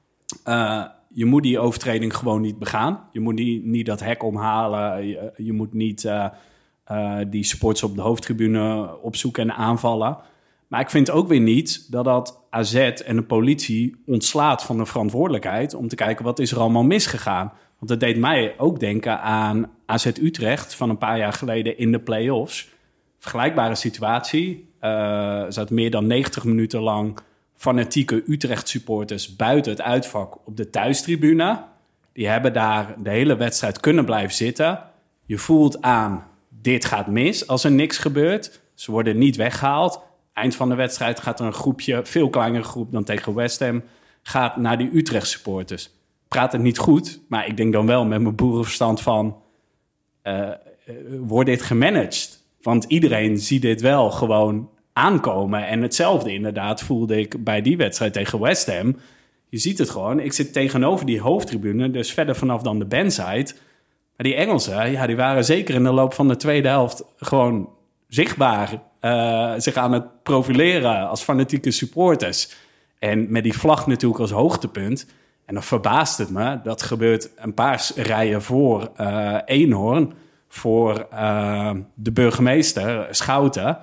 Uh, je moet die overtreding gewoon niet begaan. Je moet niet, niet dat hek omhalen. Je, je moet niet uh, uh, die supporters op de hoofdtribune opzoeken en aanvallen. Maar ik vind ook weer niet dat dat A Z en de politie ontslaat van de verantwoordelijkheid om te kijken wat is er allemaal misgegaan. Want dat deed mij ook denken aan A Z Utrecht van een paar jaar geleden in de play-offs. Vergelijkbare situatie. Uh, er zaten meer dan negentig minuten lang fanatieke Utrecht-supporters buiten het uitvak op de thuistribune. Die hebben daar de hele wedstrijd kunnen blijven zitten. Je voelt aan, dit gaat mis als er niks gebeurt. Ze worden niet weggehaald. Eind van de wedstrijd gaat er een groepje, veel kleinere groep dan tegen West Ham, gaat naar die Utrecht-supporters. Praat het niet goed, maar ik denk dan wel met mijn boerenverstand van, uh, uh, wordt dit gemanaged? Want iedereen ziet dit wel gewoon aankomen. En hetzelfde inderdaad voelde ik bij die wedstrijd tegen West Ham. Je ziet het gewoon, ik zit tegenover die hoofdtribune, dus verder vanaf dan de bandside. Maar die Engelsen, ja, die waren zeker in de loop van de tweede helft gewoon zichtbaar uh, zich aan het profileren als fanatieke supporters. En met die vlag natuurlijk als hoogtepunt. En dan verbaast het me, dat gebeurt een paar rijen voor uh, Eenhoorn, voor uh, de burgemeester, Schouten.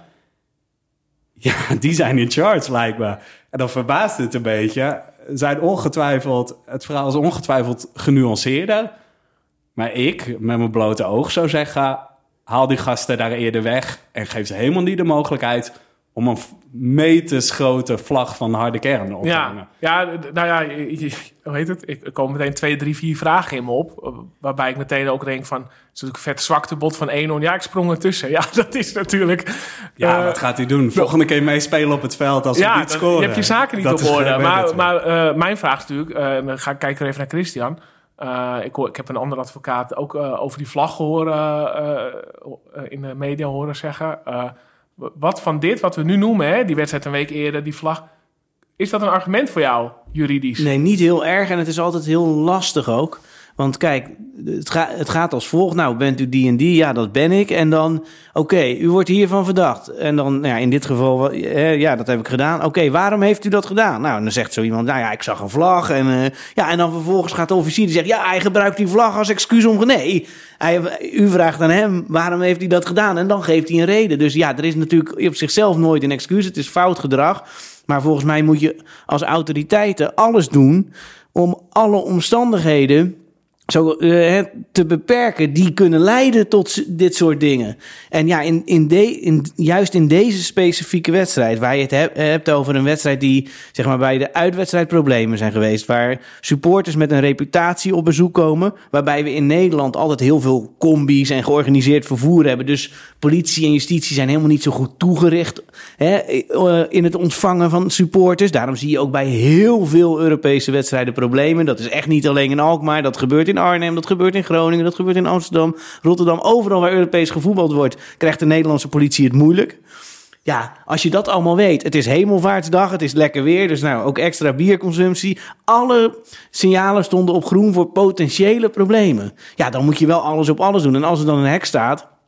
Ja, die zijn in charge, lijkt me. En dan verbaast het een beetje. Zijn ongetwijfeld, het verhaal is ongetwijfeld genuanceerder. Maar ik, met mijn blote oog zou zeggen, haal die gasten daar eerder weg en geef ze helemaal niet de mogelijkheid om een metersgrote vlag van de harde kern op te Ja, hangen. ja, nou ja, je- je- hoe heet het? Ik er komen meteen twee, drie, vier vragen in me op. uh, Waarbij ik meteen ook denk van, het is natuurlijk een vet zwaktebod van Eenhoorn. Ja, ik sprong ertussen. Ja, dat is natuurlijk... Ja, uh, wat gaat hij doen? Volgende keer meespelen op het veld als we ja, niet dan- scoren. je hebt je zaken niet Dat op is orde. geen Maar, manager. maar uh, mijn vraag is natuurlijk, uh, en dan ga ik kijken even naar Christian. Uh, ik, hoor, ik heb een andere advocaat ook uh, over die vlag horen, uh, uh, in de media horen zeggen. Uh, wat van dit, wat we nu noemen, hè, die wedstrijd een week eerder, die vlag, is dat een argument voor jou, juridisch? Nee, niet heel erg. En het is altijd heel lastig ook. Want kijk, het, ga, het gaat als volgt. Nou, bent u die en die? Ja, dat ben ik. En dan, oké, okay, u wordt hiervan verdacht. En dan, nou ja, in dit geval, eh, ja, dat heb ik gedaan. Oké, okay, waarom heeft u dat gedaan? Nou, en dan zegt zo iemand, nou ja, ik zag een vlag. En, uh, ja, en dan vervolgens gaat de officier die zegt, ja, hij gebruikt die vlag als excuus om... Nee, hij, u vraagt aan hem, waarom heeft hij dat gedaan? En dan geeft hij een reden. Dus ja, er is natuurlijk op zichzelf nooit een excuus. Het is fout gedrag. Maar volgens mij moet je als autoriteiten alles doen om alle omstandigheden zo, uh, te beperken die kunnen leiden tot dit soort dingen. En ja, in, in de, in, juist in deze specifieke wedstrijd, waar je het heb, hebt over een wedstrijd die, zeg maar, bij de uitwedstrijd problemen zijn geweest, waar supporters met een reputatie op bezoek komen, waarbij we in Nederland altijd heel veel combi's en georganiseerd vervoer hebben. Dus politie en justitie zijn helemaal niet zo goed toegericht, hè, in het ontvangen van supporters. Daarom zie je ook bij heel veel Europese wedstrijden problemen. Dat is echt niet alleen in Alkmaar, dat gebeurt in Arnhem, dat gebeurt in Groningen, dat gebeurt in Amsterdam, Rotterdam. Overal waar Europees gevoetbald wordt, krijgt de Nederlandse politie het moeilijk. Ja, als je dat allemaal weet, het is Hemelvaartsdag, het is lekker weer, dus nou ook extra bierconsumptie. Alle signalen stonden op groen voor potentiële problemen. Ja, dan moet je wel alles op alles doen. En als er dan een hek staat,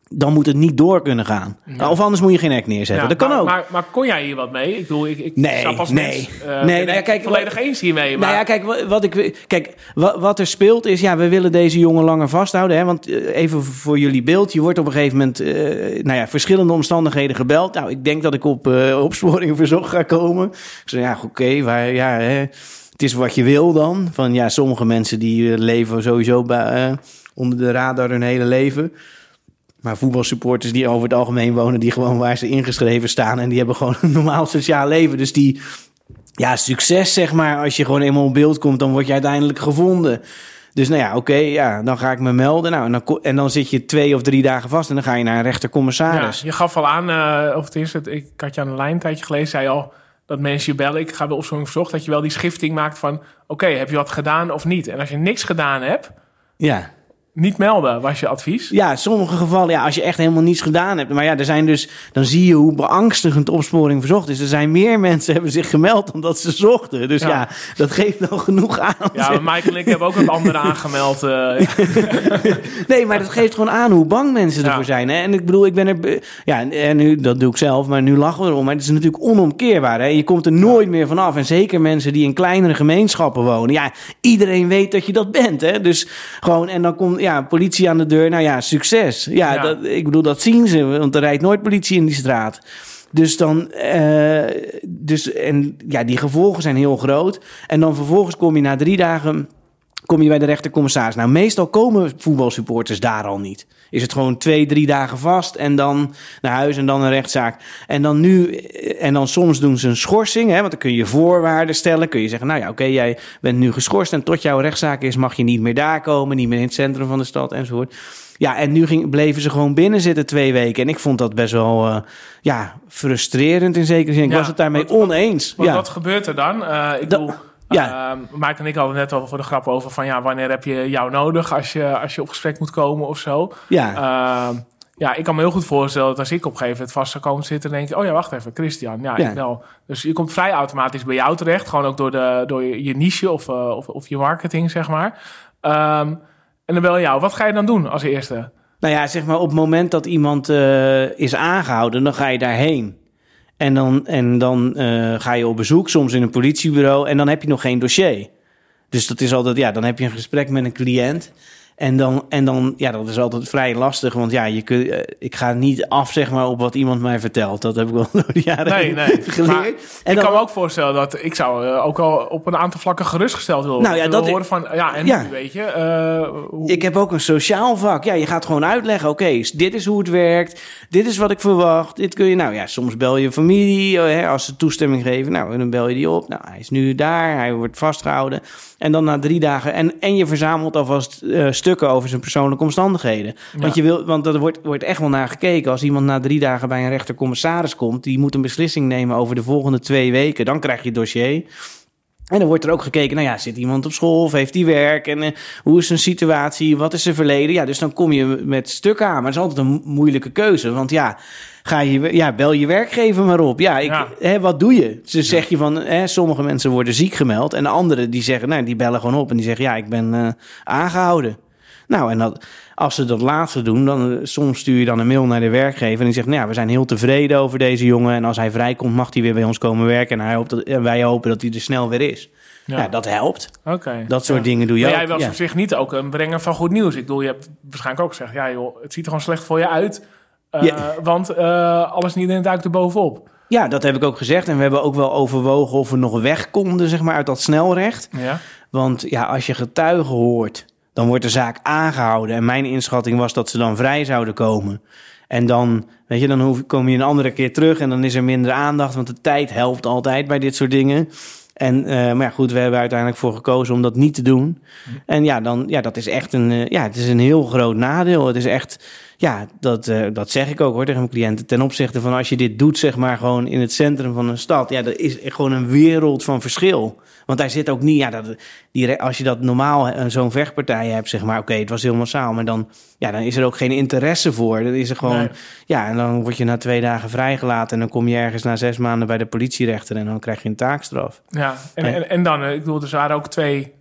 dan moet het niet door kunnen gaan. Ja. Of anders moet je geen hek neerzetten. Ja, dat kan maar, ook. Maar, maar kon jij hier wat mee? Ik bedoel, ik, ik Nee, snap als nee. mens, uh, Nee, ben nou ja, ik kijk, volledig wat- eens hiermee. Maar Nou ja, kijk, wat, wat ik, kijk wat, wat er speelt is, ja, we willen deze jongen langer vasthouden. Hè, want uh, even voor jullie beeld, je wordt op een gegeven moment, uh, nou ja, verschillende omstandigheden gebeld. Nou, ik denk dat ik op uh, opsporing verzocht ga komen. Ik zei, ja, oké, okay, waar, ja, hè, het is wat je wil dan. Van ja, sommige mensen die uh, leven sowieso bij, uh, onder de radar hun hele leven. Maar voetbalsupporters die over het algemeen wonen, die gewoon waar ze ingeschreven staan en die hebben gewoon een normaal sociaal leven. Dus die, ja, succes zeg maar, als je gewoon eenmaal op beeld komt, dan word je uiteindelijk gevonden. Dus nou ja, oké, okay, ja, dan ga ik me melden. Nou, en, dan, en dan zit je twee of drie dagen vast en dan ga je naar een rechtercommissaris. Ja, je gaf al aan, uh, of het is het, ik had je aan de lijn een tijdje gelezen, zei al dat mensen je bellen, ik ga bij opsporing verzocht, dat je wel die schifting maakt van, oké, okay, heb je wat gedaan of niet? En als je niks gedaan hebt, ja. niet melden was je advies. Ja, in sommige gevallen, ja, als je echt helemaal niets gedaan hebt. Maar ja, er zijn dus, dan zie je hoe beangstigend opsporing verzocht is. Er zijn meer mensen hebben zich gemeld dan dat ze zochten. Dus ja, ja dat geeft dan genoeg aan. Ja, maar Mike en ik hebben ook wat anderen aangemeld. Uh, ja. Nee, maar dat geeft gewoon aan hoe bang mensen ervoor ja. zijn. Hè? En ik bedoel, ik ben er, ja, en nu, dat doe ik zelf, maar nu lachen we erom. Maar het is natuurlijk onomkeerbaar. Hè? Je komt er nooit ja. meer vanaf. En zeker mensen die in kleinere gemeenschappen wonen. Ja, iedereen weet dat je dat bent. Hè? Dus gewoon, en dan komt, ja, politie aan de deur. Nou ja, succes. Ja, ja. Dat, ik bedoel, dat zien ze. Want er rijdt nooit politie in die straat. Dus dan, uh, dus, en ja, die gevolgen zijn heel groot. En dan vervolgens kom je na drie dagen, kom je bij de rechtercommissaris. Nou, meestal komen voetbalsupporters daar al niet. Is het gewoon twee, drie dagen vast en dan naar huis en dan een rechtszaak. En dan nu, en dan soms doen ze een schorsing, hè, want dan kun je voorwaarden stellen. Kun je zeggen, nou ja, oké, okay, jij bent nu geschorst en tot jouw rechtszaak is, mag je niet meer daar komen, niet meer in het centrum van de stad enzovoort. Ja, en nu ging, bleven ze gewoon binnen zitten twee weken. En ik vond dat best wel uh, ja, frustrerend in zekere zin. Ik ja, was het daarmee wat, oneens. Wat, ja. wat gebeurt er dan? Uh, ik bedoel, ja. uh, Mike en ik hadden net al voor de grap over van ja, wanneer heb je jou nodig als je, als je op gesprek moet komen of zo. Ja. Uh, ja, ik kan me heel goed voorstellen dat als ik op een gegeven moment vast zou komen zitten, dan denk je, oh ja, wacht even, Christian. Ja, ja. ik wel. Dus je komt vrij automatisch bij jou terecht. Gewoon ook door, de, door je, je niche of, uh, of, of je marketing, zeg maar. Um, En dan bel je jou. Wat ga je dan doen als eerste? Nou ja, zeg maar op het moment dat iemand uh, is aangehouden, dan ga je daarheen. En dan, en dan uh, ga je op bezoek, soms in een politiebureau. En dan heb je nog geen dossier. Dus dat is altijd, ja, dan heb je een gesprek met een cliënt. En dan, en dan, ja, dat is altijd vrij lastig. Want ja, je kun, uh, ik ga niet af, zeg maar, op wat iemand mij vertelt. Dat heb ik wel door de jaren nee, nee. geleerd. Maar en ik dan, kan me ook voorstellen dat ik zou uh, ook al op een aantal vlakken gerustgesteld willen nou, ja, dat horen van, ja, en ja. nu, weet je. Uh, hoe... Ik heb ook een sociaal vak. Ja, je gaat gewoon uitleggen, oké, okay, dit is hoe het werkt. Dit is wat ik verwacht. Dit kun je, nou ja, soms bel je familie, hè, als ze toestemming geven. Nou, dan bel je die op. Nou, hij is nu daar, hij wordt vastgehouden. En dan na drie dagen, en, en je verzamelt alvast uh, stukken over zijn persoonlijke omstandigheden. Ja. Want, je wil, want er wordt, wordt echt wel naar gekeken. Als iemand na drie dagen bij een rechtercommissaris komt, die moet een beslissing nemen over de volgende twee weken. Dan krijg je het dossier. En dan wordt er ook gekeken, nou ja, zit iemand op school of heeft hij werk? En uh, hoe is zijn situatie? Wat is zijn verleden? Ja, dus dan kom je met stukken aan. Maar het is altijd een moeilijke keuze. Want ja, ga je, ja bel je werkgever maar op. Ja, ik, ja. Hè, wat doe je? Dus zeg je van, hè, sommige mensen worden ziek gemeld. En de anderen die zeggen, nou, die bellen gewoon op. En die zeggen, ja, ik ben uh, aangehouden. Nou, en dat, als ze dat laatste doen, dan soms stuur je dan een mail naar de werkgever en die zegt, nou ja, we zijn heel tevreden over deze jongen en als hij vrijkomt mag hij weer bij ons komen werken en, hij hoopt dat, en wij hopen dat hij er snel weer is. Ja, ja dat helpt. Okay. Dat soort ja. dingen doe je maar ook. jij was ja. op zich niet ook een brenger van goed nieuws. Ik bedoel, je hebt waarschijnlijk ook gezegd, ja joh, het ziet er gewoon slecht voor je uit, uh, ja. want uh, alles niet in duikt er bovenop. Ja, dat heb ik ook gezegd en we hebben ook wel overwogen of we nog weg konden, zeg maar, uit dat snelrecht. Ja. Want ja, als je getuigen hoort, dan wordt de zaak aangehouden. En mijn inschatting was dat ze dan vrij zouden komen. En dan, weet je, dan hoef, kom je een andere keer terug en dan is er minder aandacht. Want de tijd helpt altijd bij dit soort dingen. En, uh, maar ja, goed, we hebben uiteindelijk voor gekozen om dat niet te doen. En ja, dan, ja, dat is echt een, uh, ja, het is een heel groot nadeel. Het is echt, ja, dat, uh, dat zeg ik ook hoor tegen mijn cliënten. Ten opzichte van als je dit doet, zeg maar, gewoon in het centrum van een stad. Ja, dat is gewoon een wereld van verschil. Want daar zit ook niet, ja, dat, die, als je dat normaal zo'n vechtpartij hebt, zeg maar, oké, okay, het was heel massaal, maar dan, ja, dan is er ook geen interesse voor. Dan is er gewoon, nee. ja, en dan word je na twee dagen vrijgelaten en dan kom je ergens na zes maanden bij de politierechter en dan krijg je een taakstraf. Ja, en, en, en dan, ik bedoel, er waren ook twee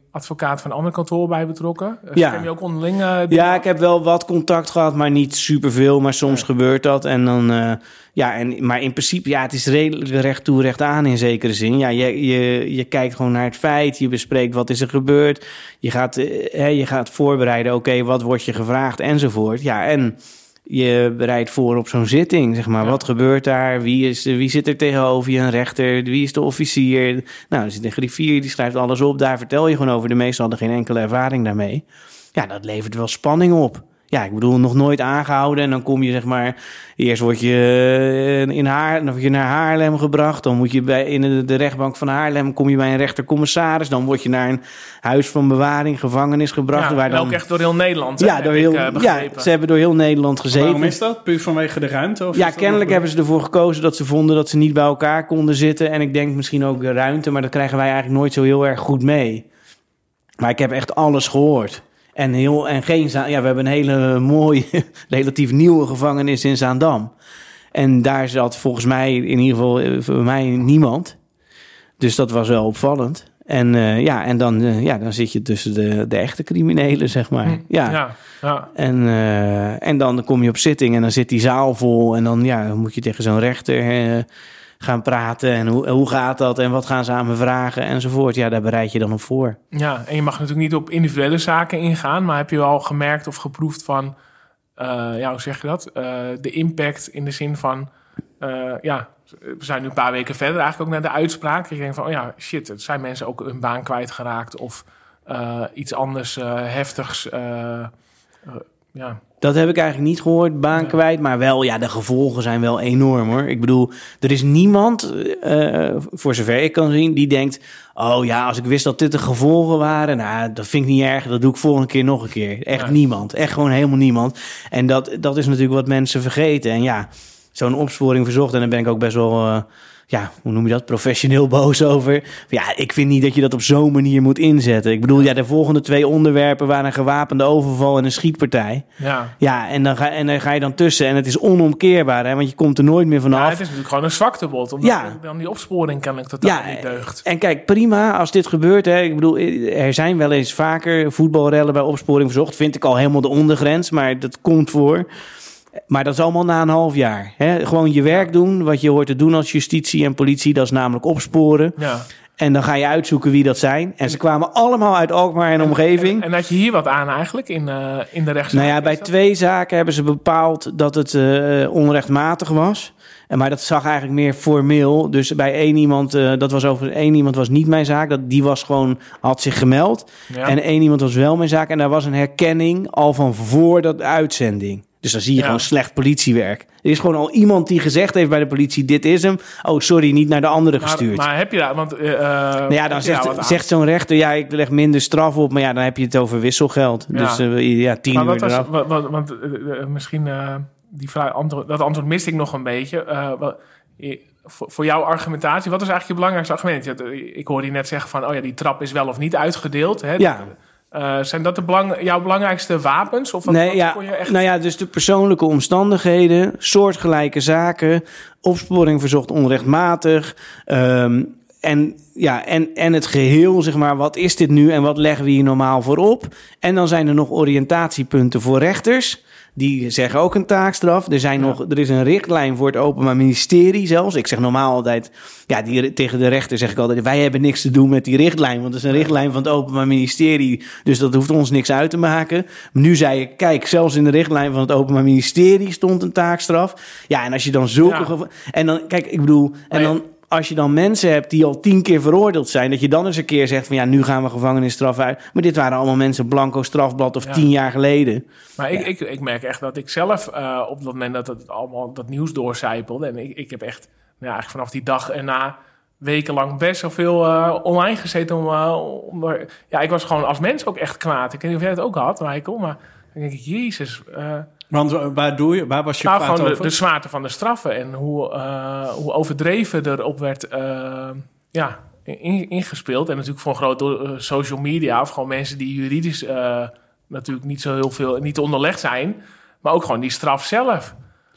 advocaat van een ander kantoor bij betrokken. Dus Ja. Heb je ook onderling... Uh, Ja, ik heb wel wat contact gehad, maar niet superveel. Maar soms Ja. gebeurt dat. En dan, uh, ja, en, maar in principe, ja, het is redelijk recht toe, recht aan in zekere zin. Ja, je, je, je kijkt gewoon naar het feit. Je bespreekt wat is er gebeurd. Je gaat, uh, hè, je gaat voorbereiden, oké, okay, wat wordt je gevraagd enzovoort. Ja, en je bereidt voor op zo'n zitting, zeg maar. Ja. Wat gebeurt daar? Wie, is, wie zit er tegenover je? Een rechter? Wie is de officier? Nou, er zit een griffier, die schrijft alles op. Daar vertel je gewoon over. De meesten hadden geen enkele ervaring daarmee. Ja, dat levert wel spanning op. Ja, ik bedoel, nog nooit aangehouden. En dan kom je, zeg maar... Eerst word je, in Haar, dan word je naar Haarlem gebracht. Dan moet je bij, in de, de rechtbank van Haarlem... kom je bij een rechtercommissaris. Dan word je naar een huis van bewaring, gevangenis gebracht. Ja, waar en dan, ook echt door heel Nederland. Ja, hè, door heb heel, ik, uh, ja, begrepen. ze hebben door heel Nederland gezeten. Waarom is dat? Puur vanwege de ruimte? Of Ja, is dat kennelijk nog- hebben ze ervoor gekozen dat ze vonden dat ze niet bij elkaar konden zitten. En ik denk misschien ook de ruimte, maar dat krijgen wij eigenlijk nooit zo heel erg goed mee. Maar ik heb echt alles gehoord. En, heel, en geen, Za- ja, we hebben een hele mooie, relatief nieuwe gevangenis in Zaandam. En daar zat volgens mij, in ieder geval eh, voor mij, niemand. Dus dat was wel opvallend. En, uh, ja, en dan, uh, ja, dan zit je tussen de, de echte criminelen, zeg maar. Hm. Ja. Ja, ja. En, uh, en dan kom je op zitting en dan zit die zaal vol. En dan, ja, dan moet je tegen zo'n rechter uh, gaan praten. En hoe, hoe gaat dat? En wat gaan ze aan me vragen? Enzovoort. Ja, daar bereid je dan op voor. Ja, en je mag natuurlijk niet op individuele zaken ingaan. Maar heb je wel gemerkt of geproefd van... Uh, ja, hoe zeg je dat? Uh, de impact in de zin van... Uh, ja, we zijn nu een paar weken verder eigenlijk ook naar de uitspraak. Je denkt van, oh ja, shit, er zijn mensen ook hun baan kwijtgeraakt... of uh, iets anders uh, heftigs. Uh, uh, ja... Dat heb ik eigenlijk niet gehoord, baan ja. kwijt. Maar wel, ja, de gevolgen zijn wel enorm, hoor. Ik bedoel, er is niemand, uh, voor zover ik kan zien, die denkt... oh ja, als ik wist dat dit de gevolgen waren... nou, dat vind ik niet erg, dat doe ik volgende keer nog een keer. Echt ja. niemand, echt gewoon helemaal niemand. En dat, dat is natuurlijk wat mensen vergeten. En ja, zo'n opsporing verzocht... en dan ben ik ook best wel... Uh, ja, hoe noem je dat? Professioneel boos over. Ja, ik vind niet dat je dat op zo'n manier moet inzetten. Ik bedoel, ja, de volgende twee onderwerpen waren een gewapende overval en een schietpartij. Ja, ja en, dan ga, en dan ga je dan tussen. En het is onomkeerbaar, hè, want je komt er nooit meer vanaf. Ja, het is natuurlijk gewoon een zwaktebod. Omdat ja. dan die opsporing kennelijk totaal ja, niet deugt. En kijk, prima als dit gebeurt. Hè, ik bedoel, er zijn wel eens vaker voetbalrellen bij opsporing verzocht. Vind ik al helemaal de ondergrens, maar dat komt voor. Maar dat is allemaal na een half jaar. Hè? Gewoon je werk doen, wat je hoort te doen als justitie en politie. Dat is namelijk opsporen. Ja. En dan ga je uitzoeken wie dat zijn. En ze kwamen allemaal uit Alkmaar en, en omgeving. En, en had je hier wat aan eigenlijk in, uh, in de rechtszaak? Nou ja, bij twee zaken hebben ze bepaald dat het uh, onrechtmatig was. En maar dat zag eigenlijk meer formeel. Dus bij één iemand, uh, dat was over één iemand was niet mijn zaak. Dat, die was gewoon, had zich gemeld. Ja. En één iemand was wel mijn zaak. En daar was een herkenning al van voor dat uitzending. Dus dan zie je ja. gewoon slecht politiewerk. Er is gewoon al iemand die gezegd heeft bij de politie... dit is hem. Oh, sorry, niet naar de andere maar, gestuurd. Maar heb je dat? Want, uh, nou ja, dan zegt, zegt zo'n rechter... ja, ik leg minder straf op... maar ja, dan heb je het over wisselgeld. Ja. Dus uh, ja, tien maar uur was, eraf. Want, want, want uh, misschien... Uh, die vraag, antwoord, dat antwoord miste ik nog een beetje. Uh, wat, je, voor, voor jouw argumentatie... wat is eigenlijk je belangrijkste argument? Ik hoorde je net zeggen van... oh ja, die trap is wel of niet uitgedeeld. Hè? Ja. Uh, zijn dat de belang, jouw belangrijkste wapens? Of wat, nee, wat ja, kon je echt... nou ja, dus de persoonlijke omstandigheden, soortgelijke zaken, opsporing verzocht onrechtmatig, um, en ja, en, en het geheel, zeg maar, wat is dit nu en wat leggen we hier normaal voor op? En dan zijn er nog oriëntatiepunten voor rechters. Die zeggen ook een taakstraf. Er, zijn ja. nog, er is een richtlijn voor het Openbaar Ministerie zelfs. Ik zeg normaal altijd... Ja, die, tegen de rechter zeg ik altijd... wij hebben niks te doen met die richtlijn. Want het is een richtlijn van het Openbaar Ministerie. Dus dat hoeft ons niks uit te maken. Nu zei ik... Kijk, zelfs in de richtlijn van het Openbaar Ministerie... stond een taakstraf. Ja, en als je dan zulke... Ja. Geval, en dan, kijk, ik bedoel... En dan... Als je dan mensen hebt die al tien keer veroordeeld zijn... dat je dan eens een keer zegt van ja, nu gaan we gevangenisstraf uit. Maar dit waren allemaal mensen blanco strafblad of ja. tien jaar geleden. Maar ja. ik, ik, ik merk echt dat ik zelf uh, op dat moment dat het allemaal dat nieuws doorcijpelde... en ik, ik heb echt ja, eigenlijk vanaf die dag erna wekenlang best zoveel uh, online gezeten. Om, uh, om er, ja, ik was gewoon als mens ook echt kwaad. Ik weet niet of jij het ook had, Michael, maar dan denk ik, jezus... Uh, Want waar doe je? Waar was je nou, kwaad gewoon over? De, de zwaarte van de straffen en hoe, uh, hoe overdreven erop werd uh, ja, in, ingespeeld. En natuurlijk voor een groot door uh, social media of gewoon mensen die juridisch uh, natuurlijk niet zo heel veel niet onderlegd zijn, maar ook gewoon die straf zelf.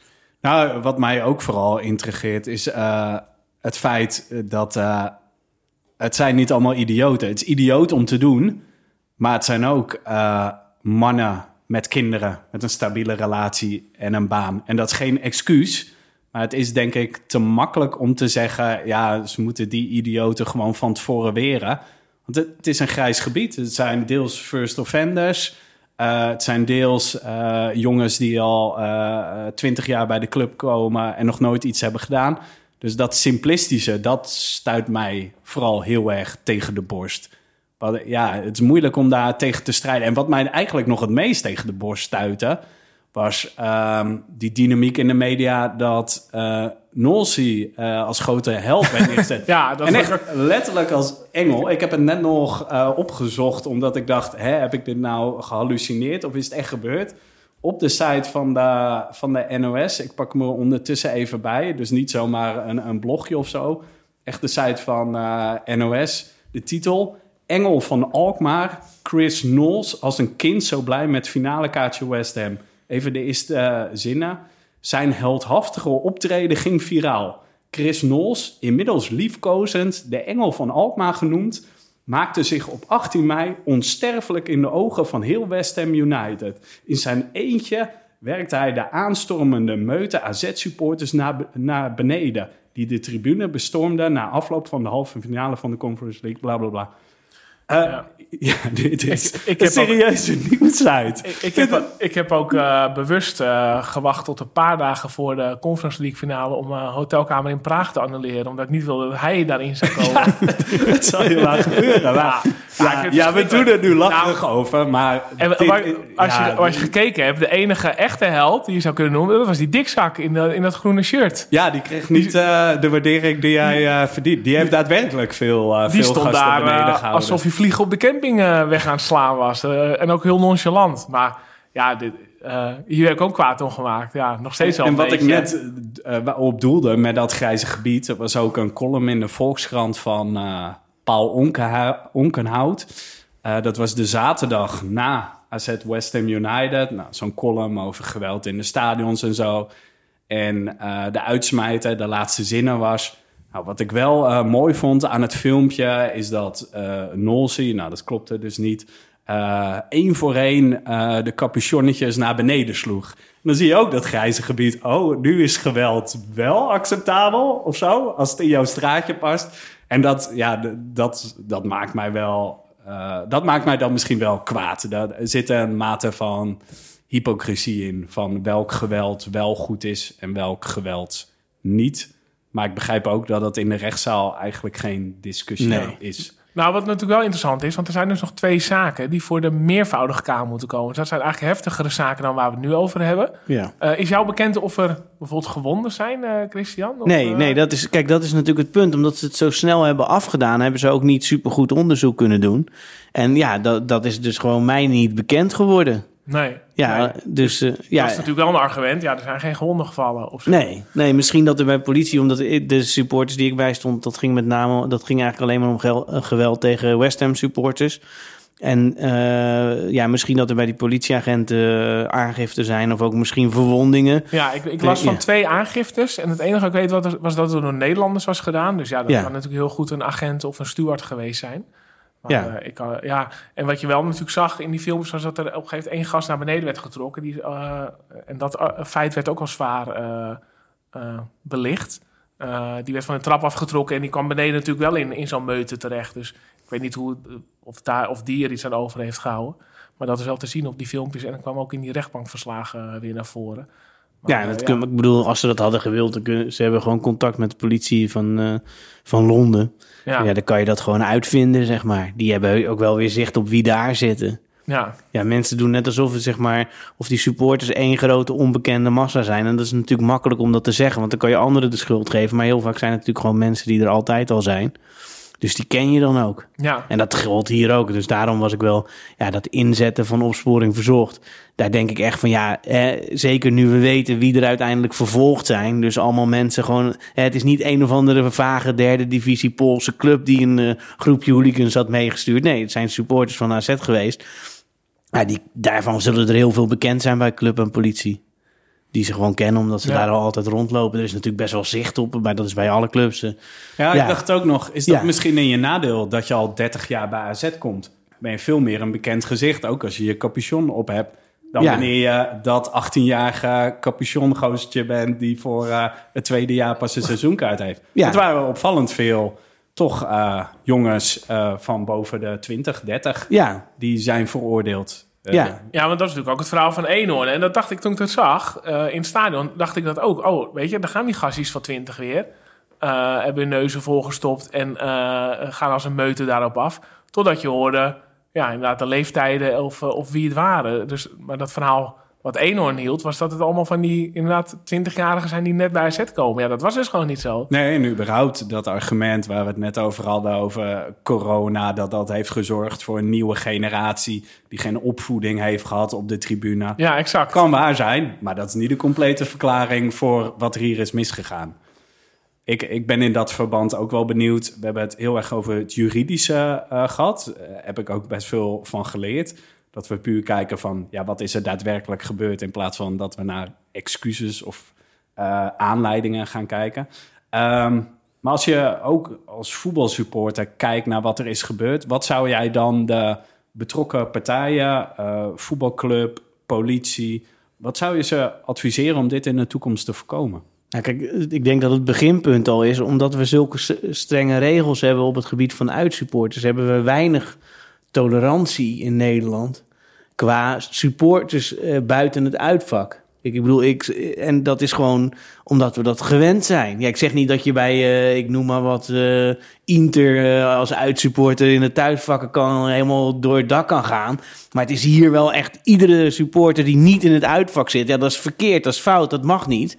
Nou, wat mij ook vooral intrigeert is uh, het feit dat uh, het zijn niet allemaal idioten. Het is idioot om te doen, maar het zijn ook uh, mannen met kinderen, met een stabiele relatie en een baan. En dat is geen excuus, maar het is denk ik te makkelijk om te zeggen, ja, ze moeten die idioten gewoon van tevoren weren. Want het, het is een grijs gebied. Het zijn deels first offenders. Uh, het zijn deels uh, jongens die al twintig uh, jaar bij de club komen en nog nooit iets hebben gedaan. Dus dat simplistische, dat stuit mij vooral heel erg tegen de borst. Maar ja, het is moeilijk om daar tegen te strijden. En wat mij eigenlijk nog het meest tegen de borst stuitte, was um, die dynamiek in de media dat uh, Nolsi uh, als grote held werd neergezet. Ja, dat en was echt ook... letterlijk als engel. Ik heb het net nog uh, opgezocht, omdat ik dacht, hè, heb ik dit nou gehallucineerd of is het echt gebeurd? Op de site van de, van de N O S, ik pak hem er ondertussen even bij, dus niet zomaar een, een blogje of zo. Echt de site van uh, N O S, de titel: Engel van Alkmaar, Chris Knowles als een kind zo blij met finale kaartje West Ham. Even de eerste uh, zinnen. Zijn heldhaftige optreden ging viraal. Chris Knowles, inmiddels liefkozend de Engel van Alkmaar genoemd, maakte zich op achttien mei onsterfelijk in de ogen van heel West Ham United. In zijn eentje werkte hij de aanstormende meute A Z-supporters naar, naar beneden, die de tribune bestormden na afloop van de halve finale van de Conference League, bla bla bla. Uh, ja. ja, dit is ik, ik een serieuze nieuwsite. Ik, ik, heb, ik heb ook uh, bewust uh, gewacht tot een paar dagen voor de Conference League finale om een hotelkamer in Praag te annuleren, omdat ik niet wilde dat hij daarin zou komen. Ja, dat zal je wel gebeuren. Maar, ja, ja, ja we doen er nu lacherig nou, over, maar... En, dit, maar als, ja, je, als je gekeken hebt, de enige echte held die je zou kunnen noemen, dat was die dikzak in, de, in dat groene shirt. Ja, die kreeg niet uh, de waardering die hij uh, verdient. Die heeft daadwerkelijk veel, uh, die veel stond gasten daar, beneden uh, gehouden. Alsof hij vliegen op de camping uh, weg aan het slaan was. Uh, en ook heel nonchalant. Maar ja, dit, uh, hier heb ik ook kwaad om gemaakt. Ja, nog steeds wel en een wat beetje. ik net uh, op doelde met dat grijze gebied, er was ook een column in de Volkskrant van uh, Paul Onkenha- Onkenhout. Uh, dat was de zaterdag na A Z West Ham United. Nou, zo'n column over geweld in de stadions en zo. En uh, de uitsmijter, de laatste zinnen was... Nou, wat ik wel uh, mooi vond aan het filmpje is dat uh, Nolsi, nou dat klopte dus niet, uh, één voor één uh, de capuchonnetjes naar beneden sloeg. En dan zie je ook dat grijze gebied. Oh, nu is geweld wel acceptabel of zo, als het in jouw straatje past. En dat, ja, d- dat, dat maakt mij wel, uh, dat maakt mij dan misschien wel kwaad. Daar zit een mate van hypocrisie in, van welk geweld wel goed is en welk geweld niet. Maar ik begrijp ook dat het in de rechtszaal eigenlijk geen discussie nee. is. Nou, wat natuurlijk wel interessant is, want er zijn dus nog twee zaken die voor de meervoudige Kamer moeten komen. Dus dat zijn eigenlijk heftigere zaken dan waar we het nu over hebben. Ja. Uh, is jou bekend of er bijvoorbeeld gewonden zijn, uh, Christian? Of, nee, uh... nee dat is, kijk, dat is natuurlijk het punt. Omdat ze het zo snel hebben afgedaan, hebben ze ook niet supergoed onderzoek kunnen doen. En ja, dat, dat is dus gewoon mij niet bekend geworden. Nee. Ja, nee. dus... Uh, ja, dat is natuurlijk wel een argument. Ja, er zijn geen gewonden gevallen. Of zo. Nee, nee, misschien dat er bij politie... omdat de supporters die ik bij stond... dat ging met name... dat ging eigenlijk alleen maar om gel, geweld tegen West Ham supporters. En uh, ja, misschien dat er bij die politieagenten uh, aangiften zijn... of ook misschien verwondingen. Ja, ik, ik las uh, van ja. twee aangiftes... en het enige ik weet wat, was dat het door Nederlanders was gedaan. Dus ja, dat ja. kan natuurlijk heel goed een agent of een steward geweest zijn... Maar, ja. Uh, ik, uh, ja, en wat je wel natuurlijk zag in die films... was dat er op een gegeven moment één gast naar beneden werd getrokken. Die, uh, en dat uh, feit werd ook al zwaar uh, uh, belicht. Uh, die werd van de trap afgetrokken... en die kwam beneden natuurlijk wel in, in zo'n meute terecht. Dus ik weet niet hoe, of, daar, of die er iets aan over heeft gehouden. Maar dat is wel te zien op die filmpjes. En dat kwam ook in die rechtbankverslagen weer naar voren. Maar, ja, dat uh, kun, ja, ik bedoel, als ze dat hadden gewild... dan kunnen, ze hebben gewoon contact met de politie van, uh, van Londen... Ja. ja, dan kan je dat gewoon uitvinden, zeg maar. Die hebben ook wel weer zicht op wie daar zitten. Ja. Ja, mensen doen net alsof het, zeg maar... of die supporters één grote onbekende massa zijn. En dat is natuurlijk makkelijk om dat te zeggen... want dan kan je anderen de schuld geven. Maar heel vaak zijn het natuurlijk gewoon mensen die er altijd al zijn. Dus die ken je dan ook. Ja. En dat geldt hier ook. Dus daarom was ik wel... ja, dat inzetten van opsporing verzocht... daar denk ik echt van ja... Eh, zeker nu we weten wie er uiteindelijk vervolgd zijn... dus allemaal mensen gewoon... Eh, het is niet een of andere vage derde divisie Poolse club... die een uh, groepje hooligans had meegestuurd. Nee, het zijn supporters van A Z geweest. Ja, die, daarvan zullen er heel veel bekend zijn bij club en politie. die ze gewoon kennen, omdat ze Ja. daar al altijd rondlopen. Er is natuurlijk best wel zicht op, maar dat is bij alle clubs. eh. Ja, Ja. ik dacht ook nog, is dat Ja. misschien in je nadeel dat je al dertig jaar bij A Z komt? Ben je veel meer een bekend gezicht, ook als je je capuchon op hebt, dan Ja. wanneer je dat achttienjarige capuchongozertje bent die voor uh, het tweede jaar pas een seizoenkaart heeft. Ja. Het waren opvallend veel, toch uh, jongens uh, van boven de twintig, dertig, Ja, die zijn veroordeeld. Uh, ja. Ja, want dat is natuurlijk ook het verhaal van Eenhoorn. En dat dacht ik toen ik het zag uh, in het stadion, dacht ik dat ook. Oh, weet je, dan gaan die gasties van twintig weer. Uh, hebben hun neuzen volgestopt en uh, gaan als een meute daarop af. Totdat je hoorde, ja, inderdaad de leeftijden of, uh, of wie het waren. Dus, maar dat verhaal wat Eenhoorn hield, was dat het allemaal van die inderdaad twintigjarigen zijn die net bij A Z komen. Ja, dat was dus gewoon niet zo. Nee, en überhaupt dat argument waar we het net over hadden, over corona, dat dat heeft gezorgd voor een nieuwe generatie die geen opvoeding heeft gehad op de tribune. Ja, exact. Kan waar zijn, maar dat is niet de complete verklaring voor wat er hier is misgegaan. Ik, ik ben in dat verband ook wel benieuwd. We hebben het heel erg over het juridische uh, gehad. Daar uh, heb ik ook best veel van geleerd. Dat we puur kijken van, ja, wat is er daadwerkelijk gebeurd, in plaats van dat we naar excuses of uh, aanleidingen gaan kijken. Um, maar als je ook als voetbalsupporter kijkt naar wat er is gebeurd, wat zou jij dan de betrokken partijen, uh, voetbalclub, politie, wat zou je ze adviseren om dit in de toekomst te voorkomen? Nou, kijk, ik denk dat het beginpunt al is, omdat we zulke strenge regels hebben op het gebied van uitsupporters, hebben we weinig tolerantie in Nederland qua supporters uh, buiten het uitvak. Ik, ik bedoel, ik, en dat is gewoon omdat we dat gewend zijn. Ja, ik zeg niet dat je bij, uh, ik noem maar wat, uh, Inter uh, als uitsupporter in de thuisvakken kan helemaal door het dak kan gaan. Maar het is hier wel echt iedere supporter die niet in het uitvak zit. Ja, dat is verkeerd, dat is fout, dat mag niet.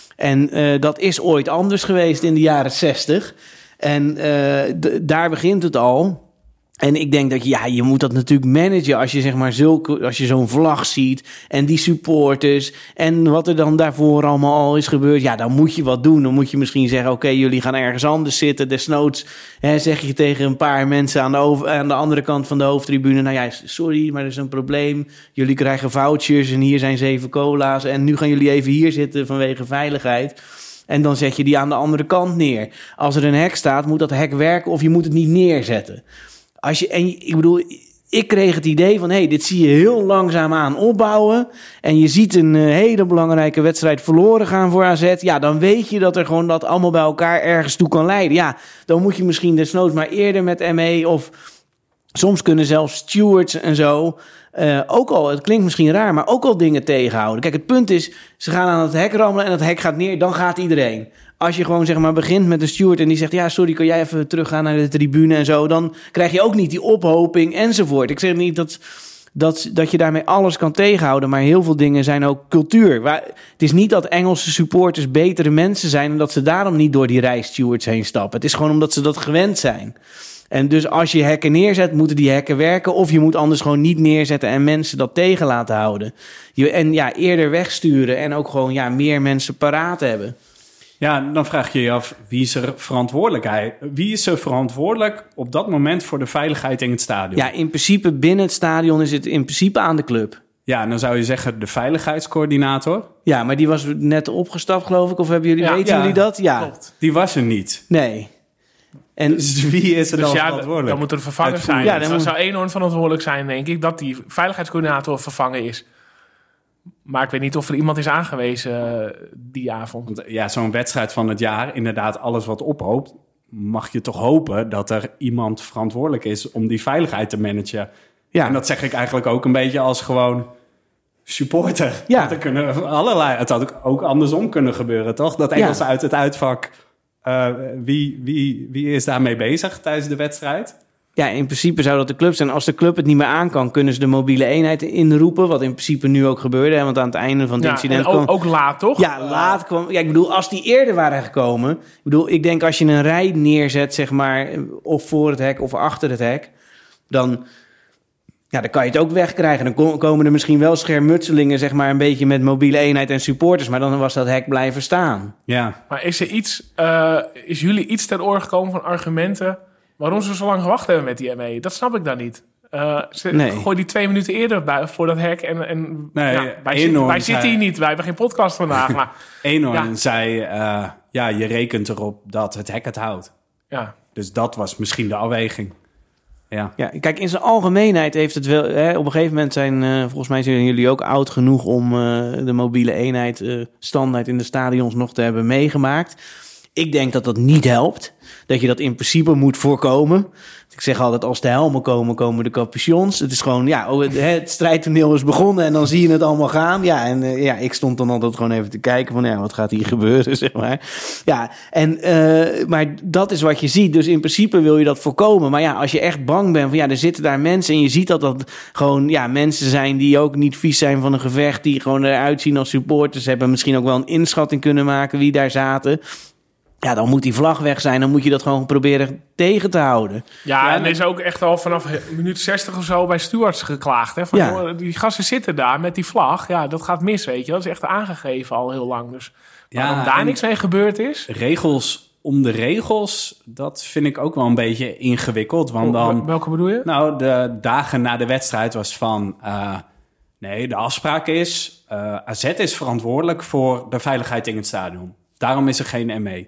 En uh, dat is ooit anders geweest in de jaren zestig. En uh, d- daar begint het al. En ik denk dat ja, je moet dat natuurlijk managen als je zeg maar zulke, als je zo'n vlag ziet en die supporters en wat er dan daarvoor allemaal al is gebeurd. Ja, dan moet je wat doen. Dan moet je misschien zeggen, oké, okay, jullie gaan ergens anders zitten. Desnoods hè, zeg je tegen een paar mensen aan de, over, aan de andere kant van de hoofdtribune, nou ja, sorry, maar er is een probleem. Jullie krijgen vouchers en hier zijn zeven cola's en nu gaan jullie even hier zitten vanwege veiligheid. En dan zet je die aan de andere kant neer. Als er een hek staat, moet dat hek werken of je moet het niet neerzetten. Als je, en ik bedoel, ik kreeg het idee van, hé, hey, dit zie je heel langzaamaan opbouwen. En je ziet een uh, hele belangrijke wedstrijd verloren gaan voor A Z. Ja, dan weet je dat er gewoon dat allemaal bij elkaar ergens toe kan leiden. Ja, dan moet je misschien desnoods maar eerder met M E of soms kunnen zelfs stewards en zo. Uh, ook al, het klinkt misschien raar, maar ook al dingen tegenhouden. Kijk, het punt is, ze gaan aan het hek rammelen en het hek gaat neer, dan gaat iedereen. Als je gewoon zeg maar begint met een steward en die zegt, ja, sorry, kan jij even teruggaan naar de tribune en zo, dan krijg je ook niet die ophoping enzovoort. Ik zeg niet dat, dat, dat je daarmee alles kan tegenhouden, maar heel veel dingen zijn ook cultuur. Waar, het is niet dat Engelse supporters betere mensen zijn en dat ze daarom niet door die rij stewards heen stappen. Het is gewoon omdat ze dat gewend zijn. En dus als je hekken neerzet, moeten die hekken werken. Of je moet anders gewoon niet neerzetten en mensen dat tegen laten houden. Je, en ja, eerder wegsturen en ook gewoon ja, meer mensen paraat hebben. Ja, dan vraag je je af, wie is er verantwoordelijkheid? Wie is er verantwoordelijk op dat moment voor de veiligheid in het stadion? Ja, in principe binnen het stadion is het in principe aan de club. Ja, en dan zou je zeggen de veiligheidscoördinator. Ja, maar die was net opgestapt, geloof ik. Of hebben jullie, Ja, weten ja, jullie dat? Ja, klopt. Die was er niet. Nee. En Dus wie is er Dus dan ja, verantwoordelijk? dan moet er een vervanger Uitvoeren. zijn. Ja, Ja, dan dan moet- zou Eenhoorn verantwoordelijk zijn, denk ik, dat die veiligheidscoördinator vervangen is. Maar ik weet niet of er iemand is aangewezen uh, die avond. Want ja, zo'n wedstrijd van het jaar, inderdaad alles wat ophoopt, mag je toch hopen dat er iemand verantwoordelijk is om die veiligheid te managen. ja, En dat zeg ik eigenlijk ook een beetje als gewoon supporter. Ja. Want er kunnen allerlei, het had ook- ook andersom kunnen gebeuren, toch? Dat Engelsen uit het uitvak, uh, wie, wie, wie is daarmee bezig tijdens de wedstrijd? ja, in principe zou dat de club zijn. Als de club het niet meer aan kan, kunnen ze de mobiele eenheid inroepen. Wat in principe nu ook gebeurde. Hè, want aan het einde van het Ja, incident en ook, kwam... ook laat, toch? Ja, laat kwam... Ja, ik bedoel, als die eerder waren gekomen... Ik bedoel, ik denk als je een rij neerzet, zeg maar... of voor het hek of achter het hek... dan, ja, dan kan je het ook wegkrijgen. Dan ko- komen er misschien wel schermutselingen, zeg maar... een beetje met mobiele eenheid en supporters... maar dan was dat hek blijven staan. Ja, Maar is er iets, uh, is jullie iets ter oor gekomen van argumenten waarom ze zo lang gewacht hebben met die M E? Dat snap ik dan niet. Uh, ze, Nee. Gooi die twee minuten eerder bij, voor dat hek. En, en Nee, ja, wij, Eenhoorn zit, wij zei- zitten hier niet. Wij hebben geen podcast vandaag. Maar Eenhoorn Ja. zei, uh, ja, je rekent erop dat het hek het houdt. ja, Dus dat was misschien de afweging. Ja. Ja, kijk, in zijn algemeenheid heeft het wel... Hè, op een gegeven moment zijn, uh, volgens mij zijn jullie ook oud genoeg... om uh, de mobiele eenheid uh, standaard in de stadions nog te hebben meegemaakt. Ik denk dat dat niet helpt. Dat je dat in principe moet voorkomen. Ik zeg altijd, als de helmen komen, komen de capuchons. Het is gewoon, ja, oh, het, het strijdtoneel is begonnen en dan zie je het allemaal gaan. Ja, en uh, ja, ik stond dan altijd gewoon even te kijken van, ja, wat gaat hier gebeuren, zeg maar. Ja, en, uh, maar dat is wat je ziet. Dus in principe wil je dat voorkomen. Maar ja, als je echt bang bent van, ja, er zitten daar mensen en je ziet dat dat gewoon, ja, mensen zijn die ook niet vies zijn van een gevecht, die gewoon eruit zien als supporters, hebben misschien ook wel een inschatting kunnen maken wie daar zaten. Ja, dan moet die vlag weg zijn. Dan moet je dat gewoon proberen tegen te houden. ja, Ja, en er is ook echt al vanaf minuut zestig of zo bij stewards geklaagd. Hè? Van, Ja. joh, die gasten zitten daar met die vlag. Ja, dat gaat mis, weet je. Dat is echt aangegeven al heel lang. Dus Ja, waarom daar en- niks mee gebeurd is... Regels om de regels, dat vind ik ook wel een beetje ingewikkeld. Want dan, Welke bedoel je? nou, de dagen na de wedstrijd was van... Uh, nee, de afspraak is... Uh, A Z is verantwoordelijk voor de veiligheid in het stadion. Daarom is er geen M E.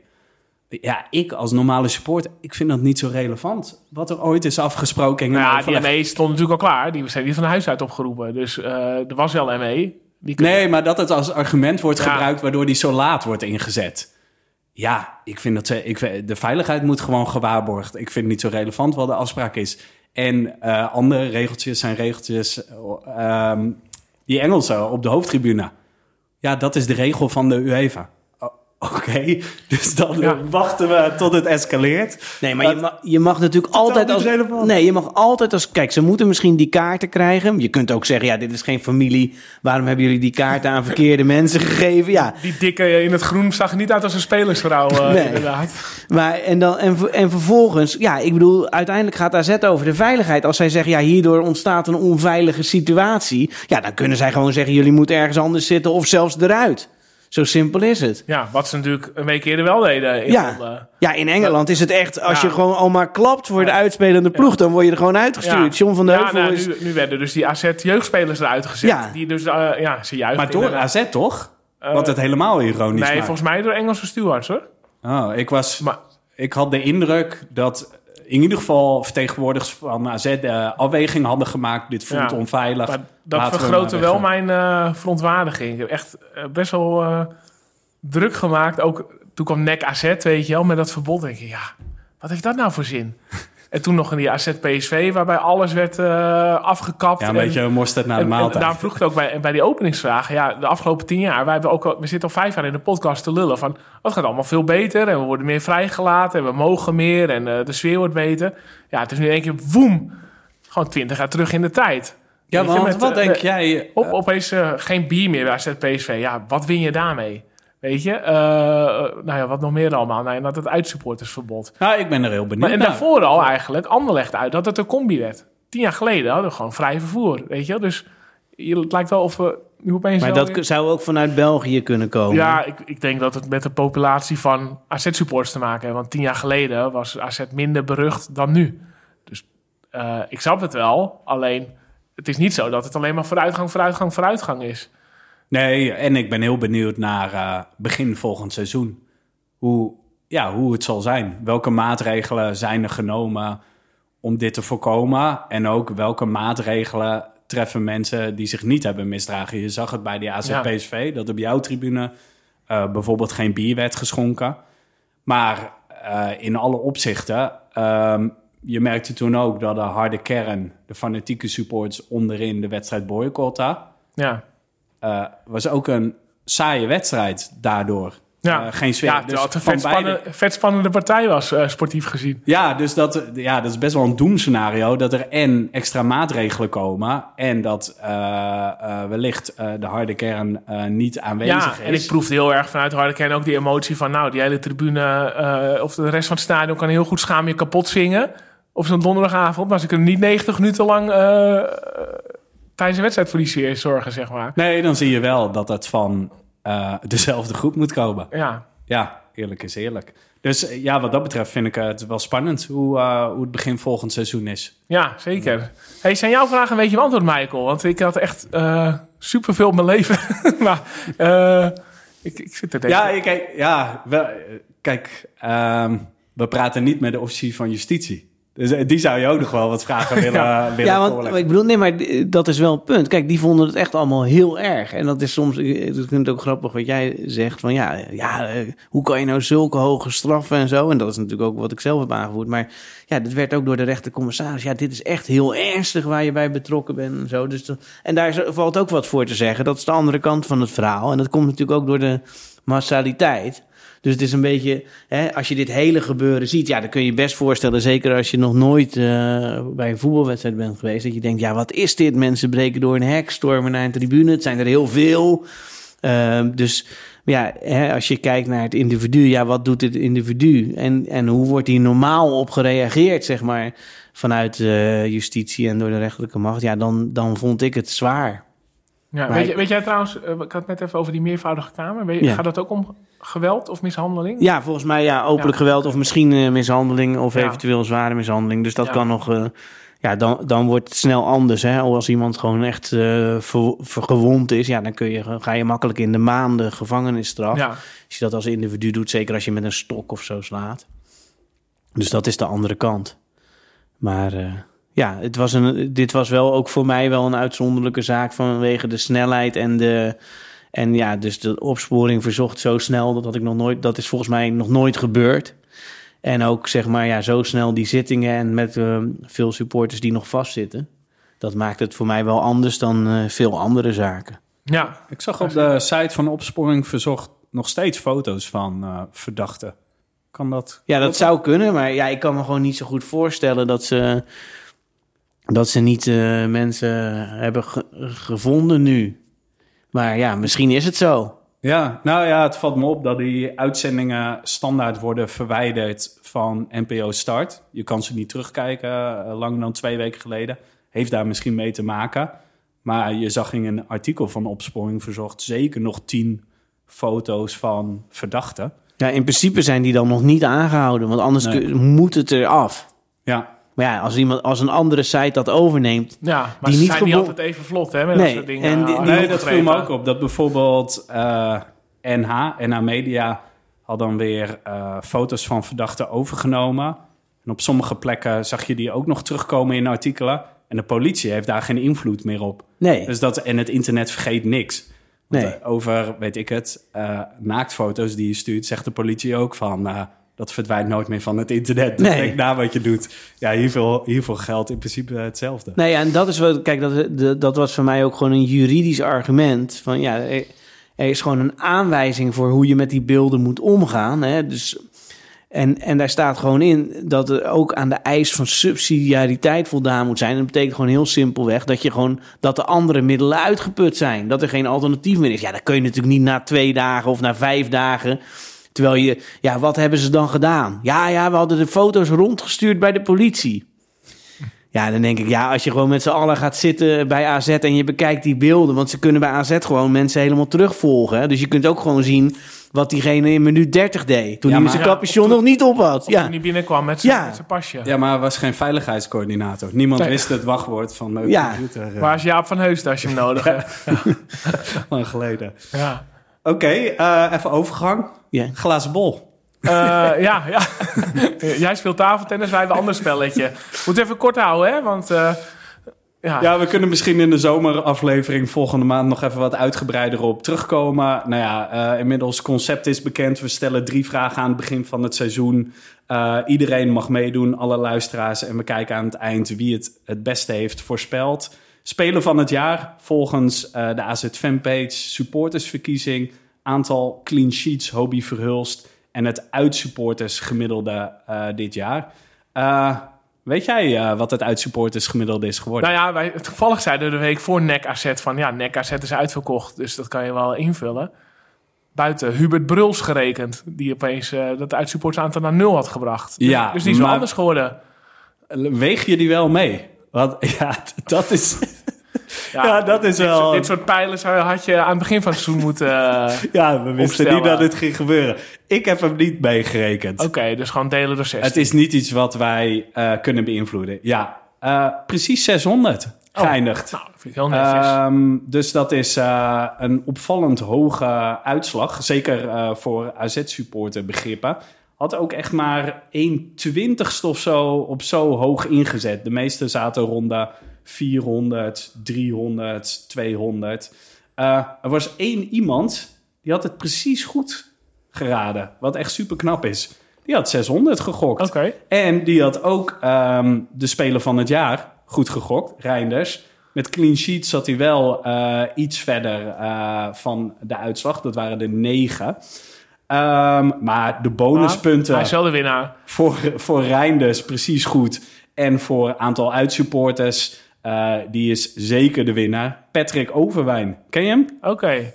Ja, ik als normale supporter, ik vind dat niet zo relevant. Wat er ooit is afgesproken. in Nou een ja, die overleg. M E stond natuurlijk al klaar. Die zijn die van huis uit opgeroepen. Dus uh, er was wel M E. Die kun- Nee, maar dat het als argument wordt Ja. gebruikt... waardoor die zo laat wordt ingezet. Ja, ik vind dat ze, ik, de veiligheid moet gewoon gewaarborgd. Ik vind het niet zo relevant wat de afspraak is. En uh, andere regeltjes zijn regeltjes... Uh, um, die Engelsen op de hoofdtribune. Ja, dat is de regel van de UEFA. O- Oké, okay. Dus dan Ja. wachten we tot het escaleert. Nee, maar je, Dat- mag, je mag natuurlijk altijd niet als... relevant. Nee, je mag altijd als... Kijk, ze moeten misschien die kaarten krijgen. Je kunt ook zeggen, ja, dit is geen familie. Waarom hebben jullie die kaarten aan verkeerde mensen gegeven? Ja, Die dikke in het groen zag er niet uit als een spelersvrouw, uh, Nee. inderdaad. maar en, dan, en, ver- en vervolgens... Ja, ik bedoel, uiteindelijk gaat A Z over de veiligheid. Als zij zeggen, ja, hierdoor ontstaat een onveilige situatie. Ja, dan kunnen zij gewoon zeggen, jullie moeten ergens anders zitten of zelfs eruit. Zo simpel is het. Ja, wat ze natuurlijk een week eerder wel deden. In Ja. Londen. Ja, in Engeland is het echt... Als Ja. je gewoon al maar klapt voor de uitspelende ploeg... dan word je er gewoon uitgestuurd. John van der ja, Heuvel nou, is... nu, nu werden dus die A Z-jeugdspelers eruit gezet. Ja. Die dus, uh, ja, ze juichen. Maar door inderdaad. A Z toch? Uh, Wat het helemaal ironisch Nee, maakt. volgens mij door Engelse stewards, hoor. Oh, ik was... Maar Ik had de indruk dat in ieder geval vertegenwoordigers van A Z de afweging hadden gemaakt. Dit voelt Ja, onveilig. maar dat Laten we vergrootte maar wel weggaan. mijn uh, verontwaardiging. Ik heb echt uh, best wel uh, druk gemaakt. Ook toen kwam N E C A Z, weet je wel, met dat verbod. Denk ik, ja, wat heeft dat nou voor zin? En toen nog in die A Z P S V, waarbij alles werd uh, afgekapt. Ja, een en, beetje mosterd naar de en, en maaltijd. daarom vroeg ik het ook bij, bij die openingsvragen. Ja, de afgelopen tien jaar, wij hebben ook al, we zitten al vijf jaar in de podcast te lullen van, het gaat allemaal veel beter en we worden meer vrijgelaten en we mogen meer en uh, de sfeer wordt beter. Ja, het is nu in één keer, woem, gewoon twintig jaar terug in de tijd. Ja, Weet je, want met, wat uh, denk uh, jij... Op, opeens uh, geen bier meer bij A Z P S V. Ja, wat win je daarmee? Weet je? Uh, uh, nou ja, wat nog meer allemaal? Nou ja, dat het uitsupportersverbod. Nou, ik ben er heel benieuwd Maar en naar. daarvoor al eigenlijk, Anderlecht uit, dat het een combi werd. Tien jaar geleden hadden we gewoon vrij vervoer, weet je? Dus je, het lijkt wel of we nu opeens... Maar wel dat weer- zou ook vanuit België kunnen komen. Ja, ik, ik denk dat het met de populatie van A Z-supporters te maken heeft. Want tien jaar geleden was A Z minder berucht dan nu. Dus uh, ik snap het wel. Alleen, het is niet zo dat het alleen maar vooruitgang, vooruitgang, vooruitgang is. Nee, en ik ben heel benieuwd naar uh, begin volgend seizoen. Hoe, ja, hoe het zal zijn. Welke maatregelen zijn er genomen om dit te voorkomen? En ook welke maatregelen treffen mensen die zich niet hebben misdragen? Je zag het bij die A Z P S V, dat op jouw tribune uh, bijvoorbeeld geen bier werd geschonken. Maar uh, in alle opzichten, um, je merkte toen ook dat de harde kern, de fanatieke supporters onderin de wedstrijd boycotten. Ja. Uh, was ook een saaie wedstrijd daardoor. Ja, Uh, geen sfeer. ja Dus terwijl het een van vet, spannen, beide- vet spannende partij was, uh, sportief gezien. Ja, dus dat, ja, dat is best wel een doemscenario. Dat er en extra maatregelen komen. En dat uh, uh, wellicht uh, de harde kern uh, niet aanwezig Ja, is. en ik proefde heel erg vanuit Harderkern ook die emotie van... nou, die hele tribune uh, of de rest van het stadion kan heel goed schaam je kapot zingen... op zo'n donderdagavond. Maar ze kunnen niet negentig minuten lang uh, uh, tijdens een wedstrijd voor die sfeer zorgen, zeg maar. Nee, dan zie je wel dat het van uh, dezelfde groep moet komen. Ja, Ja, eerlijk is eerlijk. Dus uh, ja, wat dat betreft vind ik het wel spannend hoe, uh, hoe het begin volgend seizoen is. Ja, zeker. Hey, zijn jouw vragen een beetje beantwoord, Michael? Want ik had echt uh, superveel op mijn leven. maar uh, ik, ik zit er denk Ja, kijk, ja, wel, kijk um, we praten niet met de officier van justitie. Dus die zou je ook nog wel wat vragen willen, ja. willen Ja, want voorleggen. ik bedoel, nee, maar dat is wel het punt. Kijk, die vonden het echt allemaal heel erg. En dat is soms, ik vind het ook grappig wat jij zegt. Van ja, ja, hoe kan je nou zulke hoge straffen en zo? En dat is natuurlijk ook wat ik zelf heb aangevoerd. Maar ja, dit werd ook door de rechtercommissaris. Ja, dit is echt heel ernstig waar je bij betrokken bent en zo. Dus dat, en daar valt ook wat voor te zeggen. Dat is de andere kant van het verhaal. En dat komt natuurlijk ook door de massaliteit. Dus het is een beetje, hè, als je dit hele gebeuren ziet, ja, dan kun je je best voorstellen, zeker als je nog nooit uh, bij een voetbalwedstrijd bent geweest, dat je denkt, ja, wat is dit? Mensen breken door een hek, stormen naar een tribune. Het zijn er heel veel. Uh, dus ja, hè, als je kijkt naar het individu, ja, wat doet het individu? En, en hoe wordt hier normaal op gereageerd, zeg maar, vanuit uh, justitie en door de rechterlijke macht? Ja, dan, dan vond ik het zwaar. Ja, weet, je, weet jij trouwens, uh, ik had het net even over die meervoudige kamer. Weet je, ja. Gaat dat ook om geweld of mishandeling? Ja, volgens mij ja, openlijk ja. geweld of misschien uh, mishandeling of ja. eventueel zware mishandeling. Dus dat ja. kan nog, uh, ja, dan, dan wordt het snel anders. Hè? Als iemand gewoon echt uh, ver, vergewond is, ja, dan kun je, ga je makkelijk in de maanden gevangenisstraf. Ja. Als je dat als individu doet, zeker als je met een stok of zo slaat. Dus dat is de andere kant. Maar uh, ja, het was een, dit was wel ook voor mij wel een uitzonderlijke zaak vanwege de snelheid en de... En ja, dus de opsporing verzocht zo snel, dat had ik nog nooit, dat is volgens mij nog nooit gebeurd. En ook zeg maar ja, zo snel die zittingen en met uh, veel supporters die nog vastzitten. Dat maakt het voor mij wel anders dan uh, veel andere zaken. Ja, ik zag op de site van opsporing verzocht nog steeds foto's van uh, verdachten. Kan dat? Ja, dat zou kunnen, maar ja, ik kan me gewoon niet zo goed voorstellen dat ze, dat ze niet uh, mensen hebben ge- gevonden nu. Maar ja, misschien is het zo. Ja, nou ja, het valt me op dat die uitzendingen standaard worden verwijderd van N P O Start. Je kan ze niet terugkijken, uh, langer dan twee weken geleden. Heeft daar misschien mee te maken. Maar je zag in een artikel van Opsporing Verzocht zeker nog tien foto's van verdachten. Ja, in principe zijn die dan nog niet aangehouden, want anders nee. kun, moet het eraf. Ja. Maar ja, als, iemand, als een andere site dat overneemt... Ja, maar die ze niet zijn gewo- niet altijd even vlot, hè? Met nee, dat soort dingen. En die, die nee, dat viel me ook op. Dat bijvoorbeeld uh, N H, N H Media... had dan weer uh, foto's van verdachten overgenomen. En op sommige plekken zag je die ook nog terugkomen in artikelen. En de politie heeft daar geen invloed meer op. Nee. Dus dat, en het internet vergeet niks. Want, nee. uh, over, weet ik het, uh, naaktfoto's die je stuurt... zegt de politie ook van... Uh, dat verdwijnt nooit meer van het internet. Dus nee. Denk na wat je doet. Ja, hiervoor, hiervoor geldt in principe hetzelfde. Nee, ja, en dat is wat... Kijk, dat, dat was voor mij ook gewoon een juridisch argument. Van ja, er, er is gewoon een aanwijzing voor hoe je met die beelden moet omgaan. Hè? Dus, en, en daar staat gewoon in dat er ook aan de eis van subsidiariteit voldaan moet zijn. En dat betekent gewoon heel simpelweg dat je gewoon dat de andere middelen uitgeput zijn. Dat er geen alternatief meer is. Ja, dat kun je natuurlijk niet na twee dagen of na vijf dagen... Terwijl je, ja, wat hebben ze dan gedaan? Ja, ja, we hadden de foto's rondgestuurd bij de politie. Ja, dan denk ik, ja, als je gewoon met z'n allen gaat zitten bij A Z en je bekijkt die beelden, want ze kunnen bij A Z gewoon mensen helemaal terugvolgen. Hè? Dus je kunt ook gewoon zien wat diegene in minuut dertig deed, toen ja, hij zijn ja, capuchon toen, nog niet op had. Ja. Toen hij binnenkwam met zijn, ja. met zijn pasje. Ja, maar er was geen veiligheidscoördinator. Niemand nee. wist het wachtwoord van de ja. computer. Waar is Jaap van Heusden als je hem nodig hebt? Lang geleden. Ja. Oké, okay, uh, even overgang. Yeah. Glazen bol. Uh, ja, ja. Jij speelt tafeltennis, wij hebben een ander spelletje. Moet even kort houden, hè? Want uh, ja. ja, we kunnen misschien in de zomeraflevering volgende maand nog even wat uitgebreider op terugkomen. Nou ja, uh, inmiddels het concept is bekend. We stellen drie vragen aan het begin van het seizoen. Uh, iedereen mag meedoen, alle luisteraars. En we kijken aan het eind wie het het beste heeft voorspeld. Speler van het jaar volgens uh, de A Z fanpage, supportersverkiezing, aantal clean sheets, Hobie Verhulst en het uitsupportersgemiddelde uh, dit jaar. Uh, weet jij uh, wat het uitsupportersgemiddelde is geworden? Nou ja, wij, toevallig zeiden we de week voor N E C A Z van ja, N E C A Z is uitverkocht, dus dat kan je wel invullen. Buiten Hubert Bruls gerekend, die opeens uh, dat uitsupportersaantal naar nul had gebracht. Ja, dus, dus die is wel anders geworden. Weeg je die wel mee? Want ja, dat is... Ja, Ja, dat is dit, wel- soort- Dit soort pijlen zou, had je aan het begin van het seizoen moeten... uh, Ja, we wisten opstellen. niet dat dit ging gebeuren. Ik heb hem niet meegerekend. Oké, okay, dus gewoon delen door zestien. Het is niet iets wat wij uh, kunnen beïnvloeden. Ja, uh, precies zeshonderd geëindigd. Nou, dat vind ik heel netjes. Um, dus dat is uh, een opvallend hoge uitslag. Zeker uh, voor A Z-supporter begrippen. Had ook echt maar een twintigste of zo op zo hoog ingezet. De meeste zaten rond de vierhonderd, driehonderd, tweehonderd. Uh, er was één iemand die had het precies goed geraden. Wat echt super knap is. Die had zeshonderd gegokt. Oké. Okay. En die had ook um, de speler van het jaar goed gegokt, Reinders. Met clean sheet zat hij wel uh, iets verder uh, van de uitslag. Dat waren er negen. Um, maar de bonuspunten... Ah, hij is wel de winnaar. Voor, voor Reinders precies goed. En voor aantal uitsupporters, uh, die is zeker de winnaar. Patrick Overwijn. Ken je hem? Oké. Okay.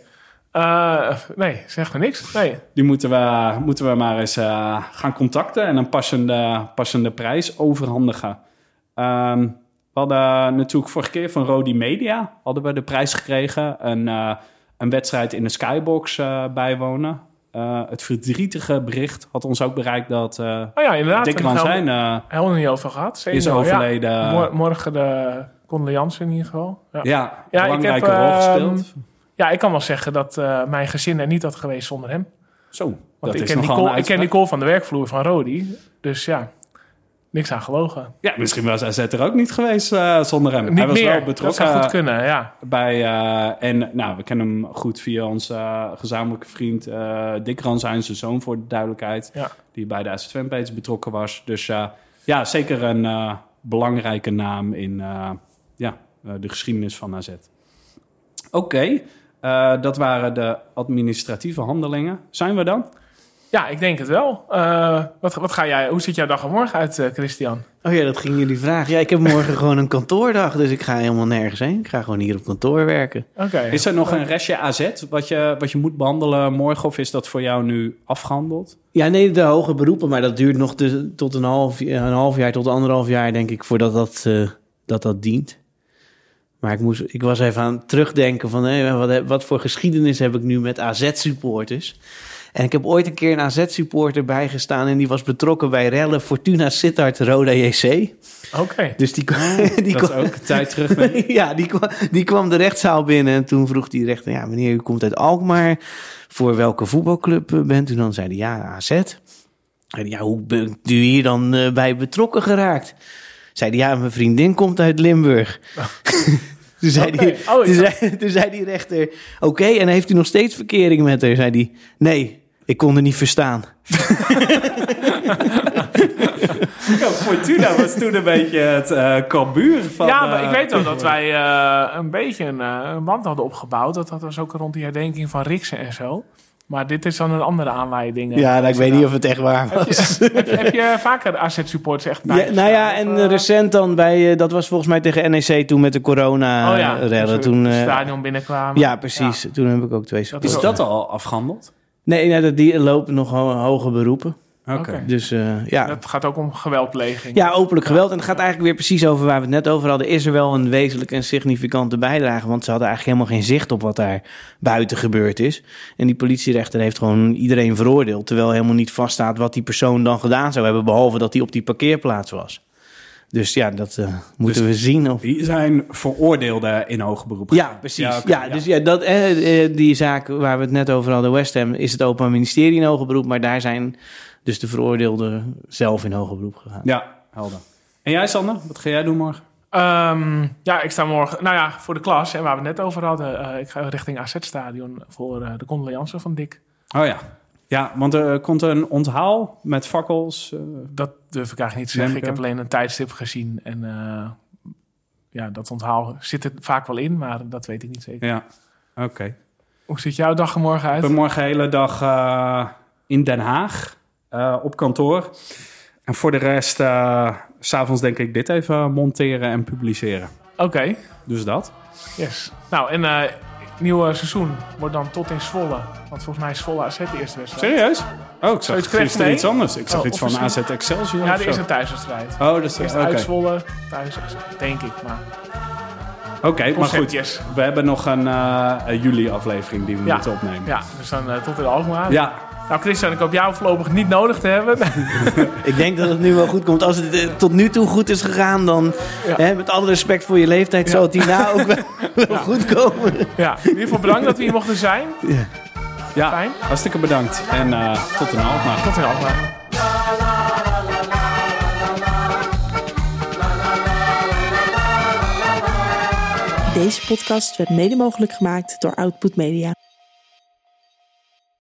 Uh, nee, zeg me niks. Nee. Die moeten we, moeten we maar eens uh, gaan contacten en een passende, passende prijs overhandigen. Um, we hadden natuurlijk vorige keer van Rodi Media hadden we de prijs gekregen. Een, uh, een wedstrijd in de Skybox uh, bijwonen. Uh, het verdrietige bericht had ons ook bereikt dat uh, oh ja, inderdaad. Dick Ranzijn uh, helemaal niet over gehad. Zeker is overleden. Ja. Morgen de condoleances in ieder geval. Ja, ja, ja belangrijke ik heb, rol uh, gespeeld. Ja, ik kan wel zeggen dat uh, mijn gezin er niet had geweest zonder hem. Zo, Want dat ik is ken, nogal Nicole, een ik ken Nicole van de werkvloer van Rodi. Dus ja, niks aan gelogen. Ja, misschien was A Z er ook niet geweest uh, zonder hem. Niet Hij was meer. wel betrokken. Dat zou goed kunnen, ja. Bij, uh, en nou, we kennen hem goed via onze uh, gezamenlijke vriend uh, Dick Ranzijn, zijn zoon voor de duidelijkheid. Ja. Die bij de A Z fanpage betrokken was. Dus uh, ja, zeker een uh, belangrijke naam in uh, ja, uh, de geschiedenis van A Z. Oké, okay. uh, dat waren de administratieve handelingen. Zijn we dan? Ja, ik denk het wel. Uh, wat, wat ga jij, hoe ziet jouw dag er morgen uit, uh, Christian? Oh ja, dat gingen jullie vragen. Ja, ik heb morgen gewoon een kantoordag, dus ik ga helemaal nergens heen. Ik ga gewoon hier op kantoor werken. Okay. Is er nog een restje A Z wat je, wat je moet behandelen morgen, of is dat voor jou nu afgehandeld? Ja, nee, de hoge beroepen, maar dat duurt nog de, tot een half, een half jaar tot anderhalf jaar, denk ik, voordat dat, uh, dat, dat dient. Maar ik, moest, ik was even aan het terugdenken van hé, wat, wat voor geschiedenis heb ik nu met A Z-supporters. En ik heb ooit een keer een A Z-supporter bijgestaan en die was betrokken bij rellen Fortuna Sittard Roda J C. Oké. Okay. Dus die, die dat kwam, is ook een tijd terug. Met... ja, die kwam, die kwam de rechtszaal binnen en toen vroeg die rechter, ja meneer, u komt uit Alkmaar. Voor welke voetbalclub bent u dan? Zei hij, ja, A Z. En ja, hoe bent u hier dan uh, bij betrokken geraakt? Zei hij, ja, mijn vriendin komt uit Limburg. Oh. Toen zei, okay. die, oh, toen, zei, toen zei die rechter, oké, okay, en heeft u nog steeds verkering met haar? Zei die, nee, ik kon er niet verstaan. Ja, Fortuna was toen een beetje het uh, kambuur van... Ja, maar uh, ik weet wel dat wij uh, een beetje een, uh, een band hadden opgebouwd. Dat was ook rond die herdenking van Riksen en zo. Maar dit is dan een andere aanleiding. Ja, nou, ik weet niet of het echt waar was. Heb je, heb, heb je vaker A Z-supporters echt bij? Ja, nou ja, en uh, recent dan bij... Uh, dat was volgens mij tegen N E C toen met de corona-rellen. Oh ja, toen het stadion binnenkwamen. Ja, precies. Ja. Toen heb ik ook twee supporters. Is dat al afgehandeld? Nee, nee, die lopen nog ho- hoge beroepen. Oké. Okay. Dus uh, ja. Dat gaat ook om geweldpleging. Ja, openlijk geweld. En het gaat eigenlijk weer precies over waar we het net over hadden. Is er wel een wezenlijke en significante bijdrage? Want ze hadden eigenlijk helemaal geen zicht op wat daar buiten gebeurd is. En die politierechter heeft gewoon iedereen veroordeeld. Terwijl helemaal niet vaststaat wat die persoon dan gedaan zou hebben. Behalve dat hij op die parkeerplaats was. Dus ja, dat uh, moeten dus we zien. Of... Die zijn veroordeelden in hoger beroep. Ja, precies. Ja, okay, ja, dus ja, dat, eh, die zaak waar we het net over hadden, West Ham, is het Openbaar Ministerie in hoger beroep. Maar daar zijn dus de veroordeelden zelf in hoger beroep gegaan. Ja, helder. En jij, Sander? Wat ga jij doen morgen? Um, ja, ik sta morgen, nou ja, voor de klas. En waar we het net over hadden, uh, ik ga richting A Z-stadion voor uh, de condoleance van Dick. Oh ja. Ja, want er komt een onthaal met fakkels. Uh, dat durf ik eigenlijk niet te zeggen. Ik heb alleen een tijdstip gezien. En uh, ja, dat onthaal zit er vaak wel in, maar dat weet ik niet zeker. Ja, oké. Okay. Hoe ziet jouw dag er morgen uit? Ik ben morgen de hele dag uh, in Den Haag, uh, op kantoor. En voor de rest, uh, 's avonds denk ik dit even monteren en publiceren. Oké. Okay. Dus dat. Yes. Nou, en uh, nieuwe seizoen wordt dan tot in Zwolle. Want volgens mij is Zwolle A Z de eerste wedstrijd. Serieus? Oh, ik zag gisteren iets anders. Ik zag oh, iets van A Z Excelsior. Ja, de eerste thuiswedstrijd. Oh, dat is eerst okay. uit Zwolle, thuis, denk ik. Maar Oké, okay, maar goed. Conceptjes. We hebben nog een uh, juli-aflevering die we Ja. moeten opnemen. Ja, dus dan uh, tot in de Alkmaar. Ja. Nou, Christian, ik hoop jou voorlopig niet nodig te hebben. Ik denk dat het nu wel goed komt. Als het uh, tot nu toe goed is gegaan, dan Ja. hè, met alle respect voor je leeftijd, Ja. zal het hierna ook wel, wel Ja. goed komen. Ja, in ieder geval bedankt dat we hier mochten zijn. Ja. Ja, Fijn. hartstikke bedankt. En uh, tot in Alkmaar. Tot in de Alkmaar. Deze podcast werd mede mogelijk gemaakt door Output Media.